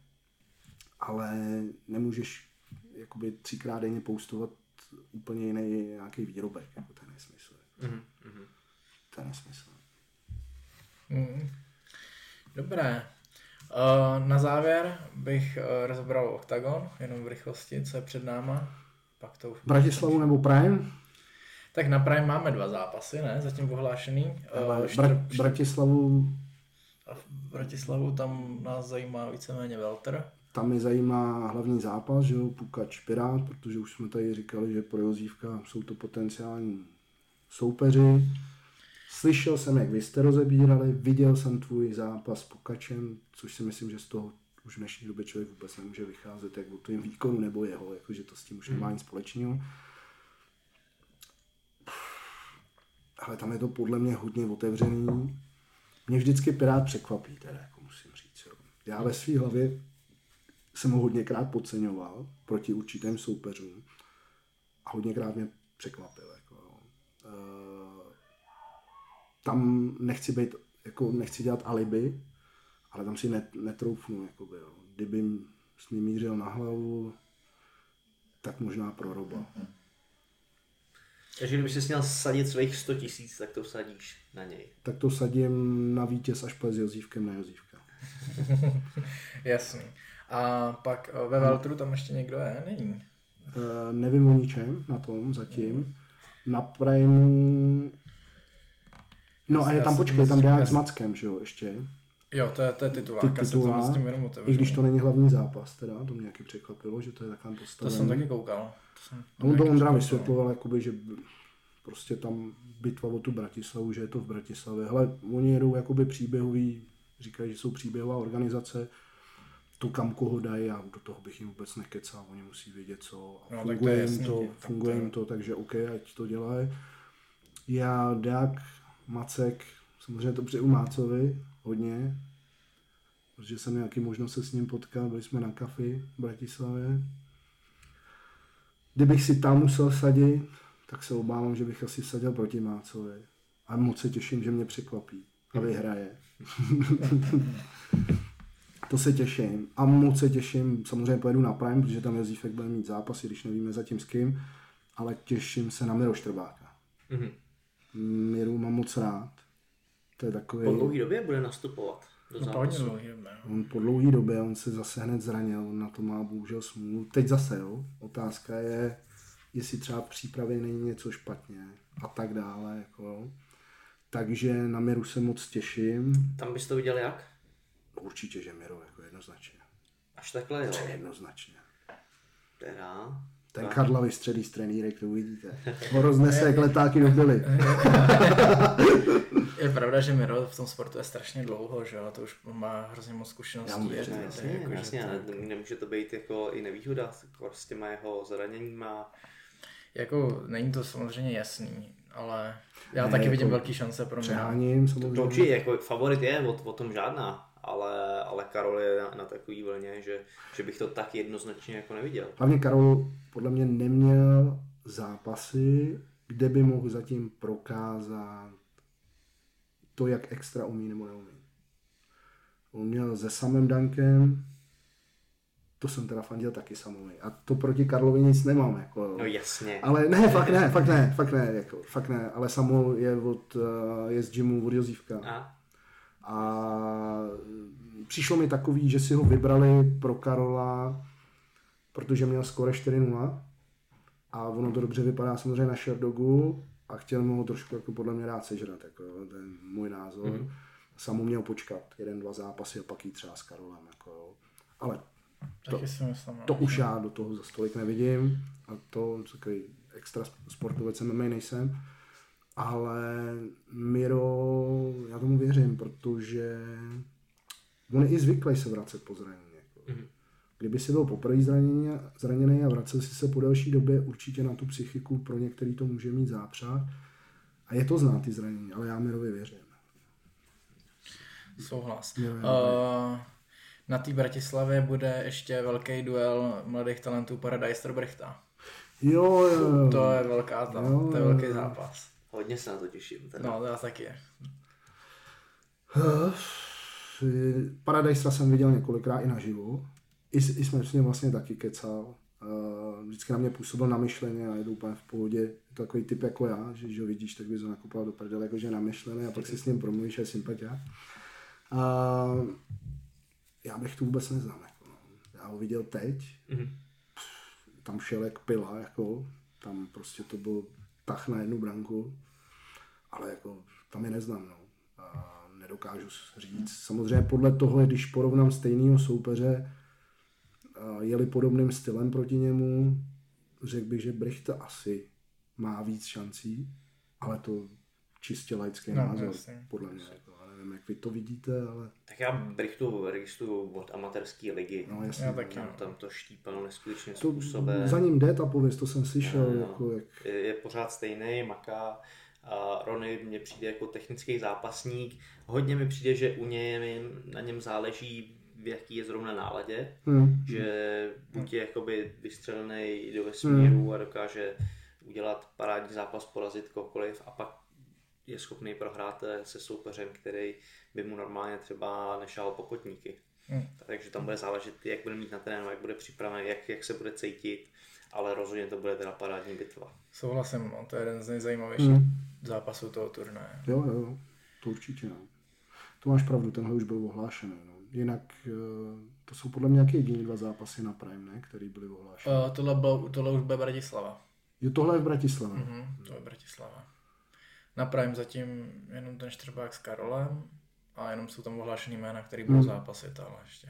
ale nemůžeš jakoby třikrát denně postovat úplně jiný nějaký výrobek, jako ten nesmysl. Mm-hmm. To je nesmysl. Mm. Dobré. Uh, na závěr bych uh, rozebral Octagon, jenom v rychlosti, co je před náma. Pak to... Bratislavu nebo Prime? Tak na Prime máme dva zápasy, ne? Zatím ohlášený. Uh, Bra- Bratislavu... A v Bratislavu tam nás zajímá víceméně welter. Tam mě zajímá hlavní zápas, že jo, Pukač Pirát, protože už jsme tady říkali, že pro Jozívka jsou to potenciální soupeři. Slyšel jsem, jak vy jste rozebírali, viděl jsem tvůj zápas s Pukačem, což si myslím, že z toho už v dnešní době člověk vůbec nemůže vycházet, jak o tvým výkonu nebo jeho, jakože to s tím už nemá nic společného. Ale tam je to podle mě hodně otevřený. Mě vždycky Pirát překvapí, teda, jako musím říct. Jo. Já ve své hlavě jsem ho hodněkrát podceňoval proti určitým soupeřům a hodněkrát mě překvapil. Jako, uh, tam nechci být, jako nechci dělat alibi, ale tam si net, netroufnu. Jakoby, jo. Kdyby jsi mi mířil na hlavu, tak možná prorobal. Takže kdyby jsi měl sadit svých sto tisíc, tak to sadíš na něj. Tak to sadím na vítěz až půjde s Jozívkem na Jozívka. Jasný. A pak ve welteru tam ještě někdo je? Není? Uh, nevím o ničem na tom zatím. Na Primeu... No a je tam, počkej, tam Deák s Mackem, že jo, ještě. Jo, to je, to je titulák. Ty titulák, i když to není hlavní zápas, teda, to mě nějaký překvapilo, že to je takhle postavený. To jsem taky koukal. To jsem a on to Ondra vysvětloval, jakoby, že prostě tam bitva o tu Bratislavu, že je to v Bratislavě. Hele, oni jedou jakoby příběhový, říkají, že jsou příběhová organizace, to kam koho dají a do toho bych jim vůbec nekecal, oni musí vědět co a no, funguje, to jim, to, funguje jim to, takže OK, ať to dělají. Já, Deák, Macek, samozřejmě to přeju Mácovi hodně, protože jsem nějaký možnost se s ním potkat, byli jsme na kafi v Bratislavě. Kdybych si tam musel sadit, tak se obávám, že bych asi sadil proti Mácovi. A moc se těším, že mě překvapí a vyhraje. To se těším. A moc se těším, samozřejmě pojedu na Prime, protože tam Jozífek bude mít zápasy, když nevíme zatím s kým, ale těším se na Miro Štrbáka. Mm-hmm. Miru mám moc rád. To je takový... Po dlouhý době bude nastupovat do no, zápasu. On po dlouhý době, on se zase hned zranil, on na to má bohužel smůlu. Teď zase, jo. Otázka je, jestli třeba v přípravě není něco špatně a tak dále, jako jo. takže na Miru se moc těším. Tam bys to viděl jak? Určitě, že Miro, jako jednoznačně. Až takhle, jo? Jednoznačně. Teda... Ten Karla vystřelí z trenýrek, to uvidíte. Ho roznese jak letáky do byly. Je pravda, že Miro v tom sportu je strašně dlouho, že jo, to už má hrozně moc zkušeností. Já mu Jasně, jasně, jako, jasně, ale to... nemůže to být jako i nevýhoda s těma jeho zraněníma. Jako není to samozřejmě jasný, ale já ne, taky jako vidím velký šance pro mě. Přeháním samozřejmě. To určitě, jako favorit je, o, o tom žádná. Ale, ale Karol je na, na takový vlně, že, že bych to tak jednoznačně jako neviděl. Hlavně Karol podle mě neměl zápasy, kde by mohl zatím prokázat to, jak extra umí nebo neumí. On měl se samým Dankem, to jsem teda fandil taky samovi. A to proti Karlovi nic nemám. Jako, no jasně. Ale ne, fakt ne, fakt ne, fakt ne, jako, fakt ne. Ale Samo je, od, je z gymu od Jozívka. A? A přišlo mi takový, že si ho vybrali pro Karola, protože měl skóre čtyři nula a ono to dobře vypadá samozřejmě na Sherdogu a chtěl mu ho trošku jako podle mě rád sežrat, jako, to je můj názor. Mm-hmm. Samo měl počkat jeden, dva zápasy a pak jít třeba s Karolem. Jako, ale to, myslím, to už já do toho za stolik nevidím a to takový extra sportovec M M A nejsem. Ale Miro, já tomu věřím, protože on je i zvyklý se vracet po zranění. Jako. Mm-hmm. Kdyby si byl poprvé zraněný, zraněný a vracel si se po delší době, určitě na tu psychiku pro některý to může mít zápřah. A je to znát ty zranění, ale já Mirovi věřím. Souhlas. Uh, na té Bratislavě bude ještě velký duel mladých talentů Paradise Brechta. Jo, jo. To je velká tam, jo, to je velký zápas. Hodně se na to těším. Teda. No, já taky. Paradise jsem viděl několikrát i naživu. I, i jsme s ním vlastně taky kecal. Vždycky na mě působil namyšleně a je to úplně v pohodě. Je to takový typ jako já, že, že ho vidíš, tak bys ho nakupal do prdele, jakože je namyšlený a pak si s ním promluvíš a je sympatia. A já bych to vůbec neznal. Jako. Já ho viděl teď. Mm-hmm. Tam šel jak pila, jako. Tam prostě to byl tah na jednu branku, ale jako tam je neznám, no. A nedokážu říct. Samozřejmě podle toho, když porovnám stejného soupeře, jeli podobným stylem proti němu, řekl bych, že Brechta asi má víc šancí, ale to čistě laický no, názor, jasně. Podle mě. Jako, nevím, jak vy to vidíte, ale... Tak já Brechtu registruju od amatérské ligy. No, jasně. Já taky, tam, tam to štípalo neskutečným způsobem. Za ním jde ta pověst, to jsem slyšel. No, no. Jako, jak... je, je pořád stejný, maká. A Rony mně přijde jako technický zápasník. Hodně mi přijde, že u něj na něm záleží, v jaký je zrovna náladě. Hmm. Že buď je jakoby vystřelený do vesmíru hmm. a dokáže udělat parádní zápas, porazit kohokoliv a pak je schopný prohrát se soupeřem, který by mu normálně třeba nešál pokotníky. Hmm. Takže tam bude záležet, jak bude mít na trénu, jak bude připravený, jak, jak se bude cítit, ale rozhodně to bude teda parádní bitva. Souhlasím, no, to je jeden z nejzajímavějších hmm. zápasů toho turnaje. Jo, jo, to určitě, no. To máš pravdu, tenhle už byl ohlášený, no. Jinak to jsou podle mě nějaké jediné dva zápasy na Prime, ne, který byly ohlášeny. Uh, tohle, byl, tohle už bude Bratislava. Jo, tohle je v Bratislavě. Mm-hmm, to je Bratislava. Na Prime zatím jenom ten Štrbák s Karolem a jenom jsou tam ohlášený jména, který budou hmm. zápasit, ale ještě.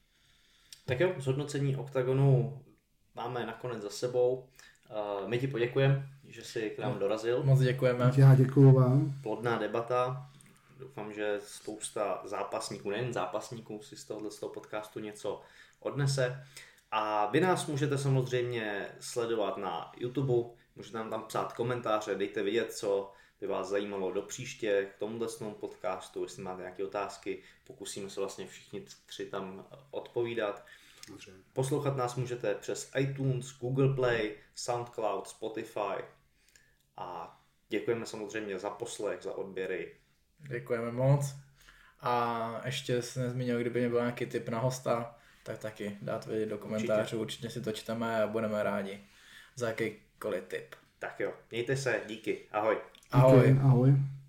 Tak jo, zhodnocení OKTAGONu máme nakonec za sebou. Uh, my ti poděkujeme, že jsi k nám dorazil. Moc děkujeme. Já děkuju vám. Plodná debata. Doufám, že spousta zápasníků, nejen zápasníků, si z tohoto z toho podcastu něco odnese. A vy nás můžete samozřejmě sledovat na YouTube, můžete nám tam psát komentáře, dejte vědět, co by vás zajímalo do příště k tomuto podcastu, jestli máte nějaké otázky, pokusíme se vlastně všichni tři tam odpovídat. Dobře. Poslouchat nás můžete přes iTunes, Google Play, SoundCloud, Spotify a děkujeme samozřejmě za poslech, za odběry. Děkujeme moc a ještě se nezmínil, kdyby byl nějaký tip na hosta, tak taky dát vědět do komentářů, určitě. určitě si to čteme a budeme rádi za jakýkoliv tip. Tak jo, mějte se, díky, ahoj. Ahoj. Díky, ahoj.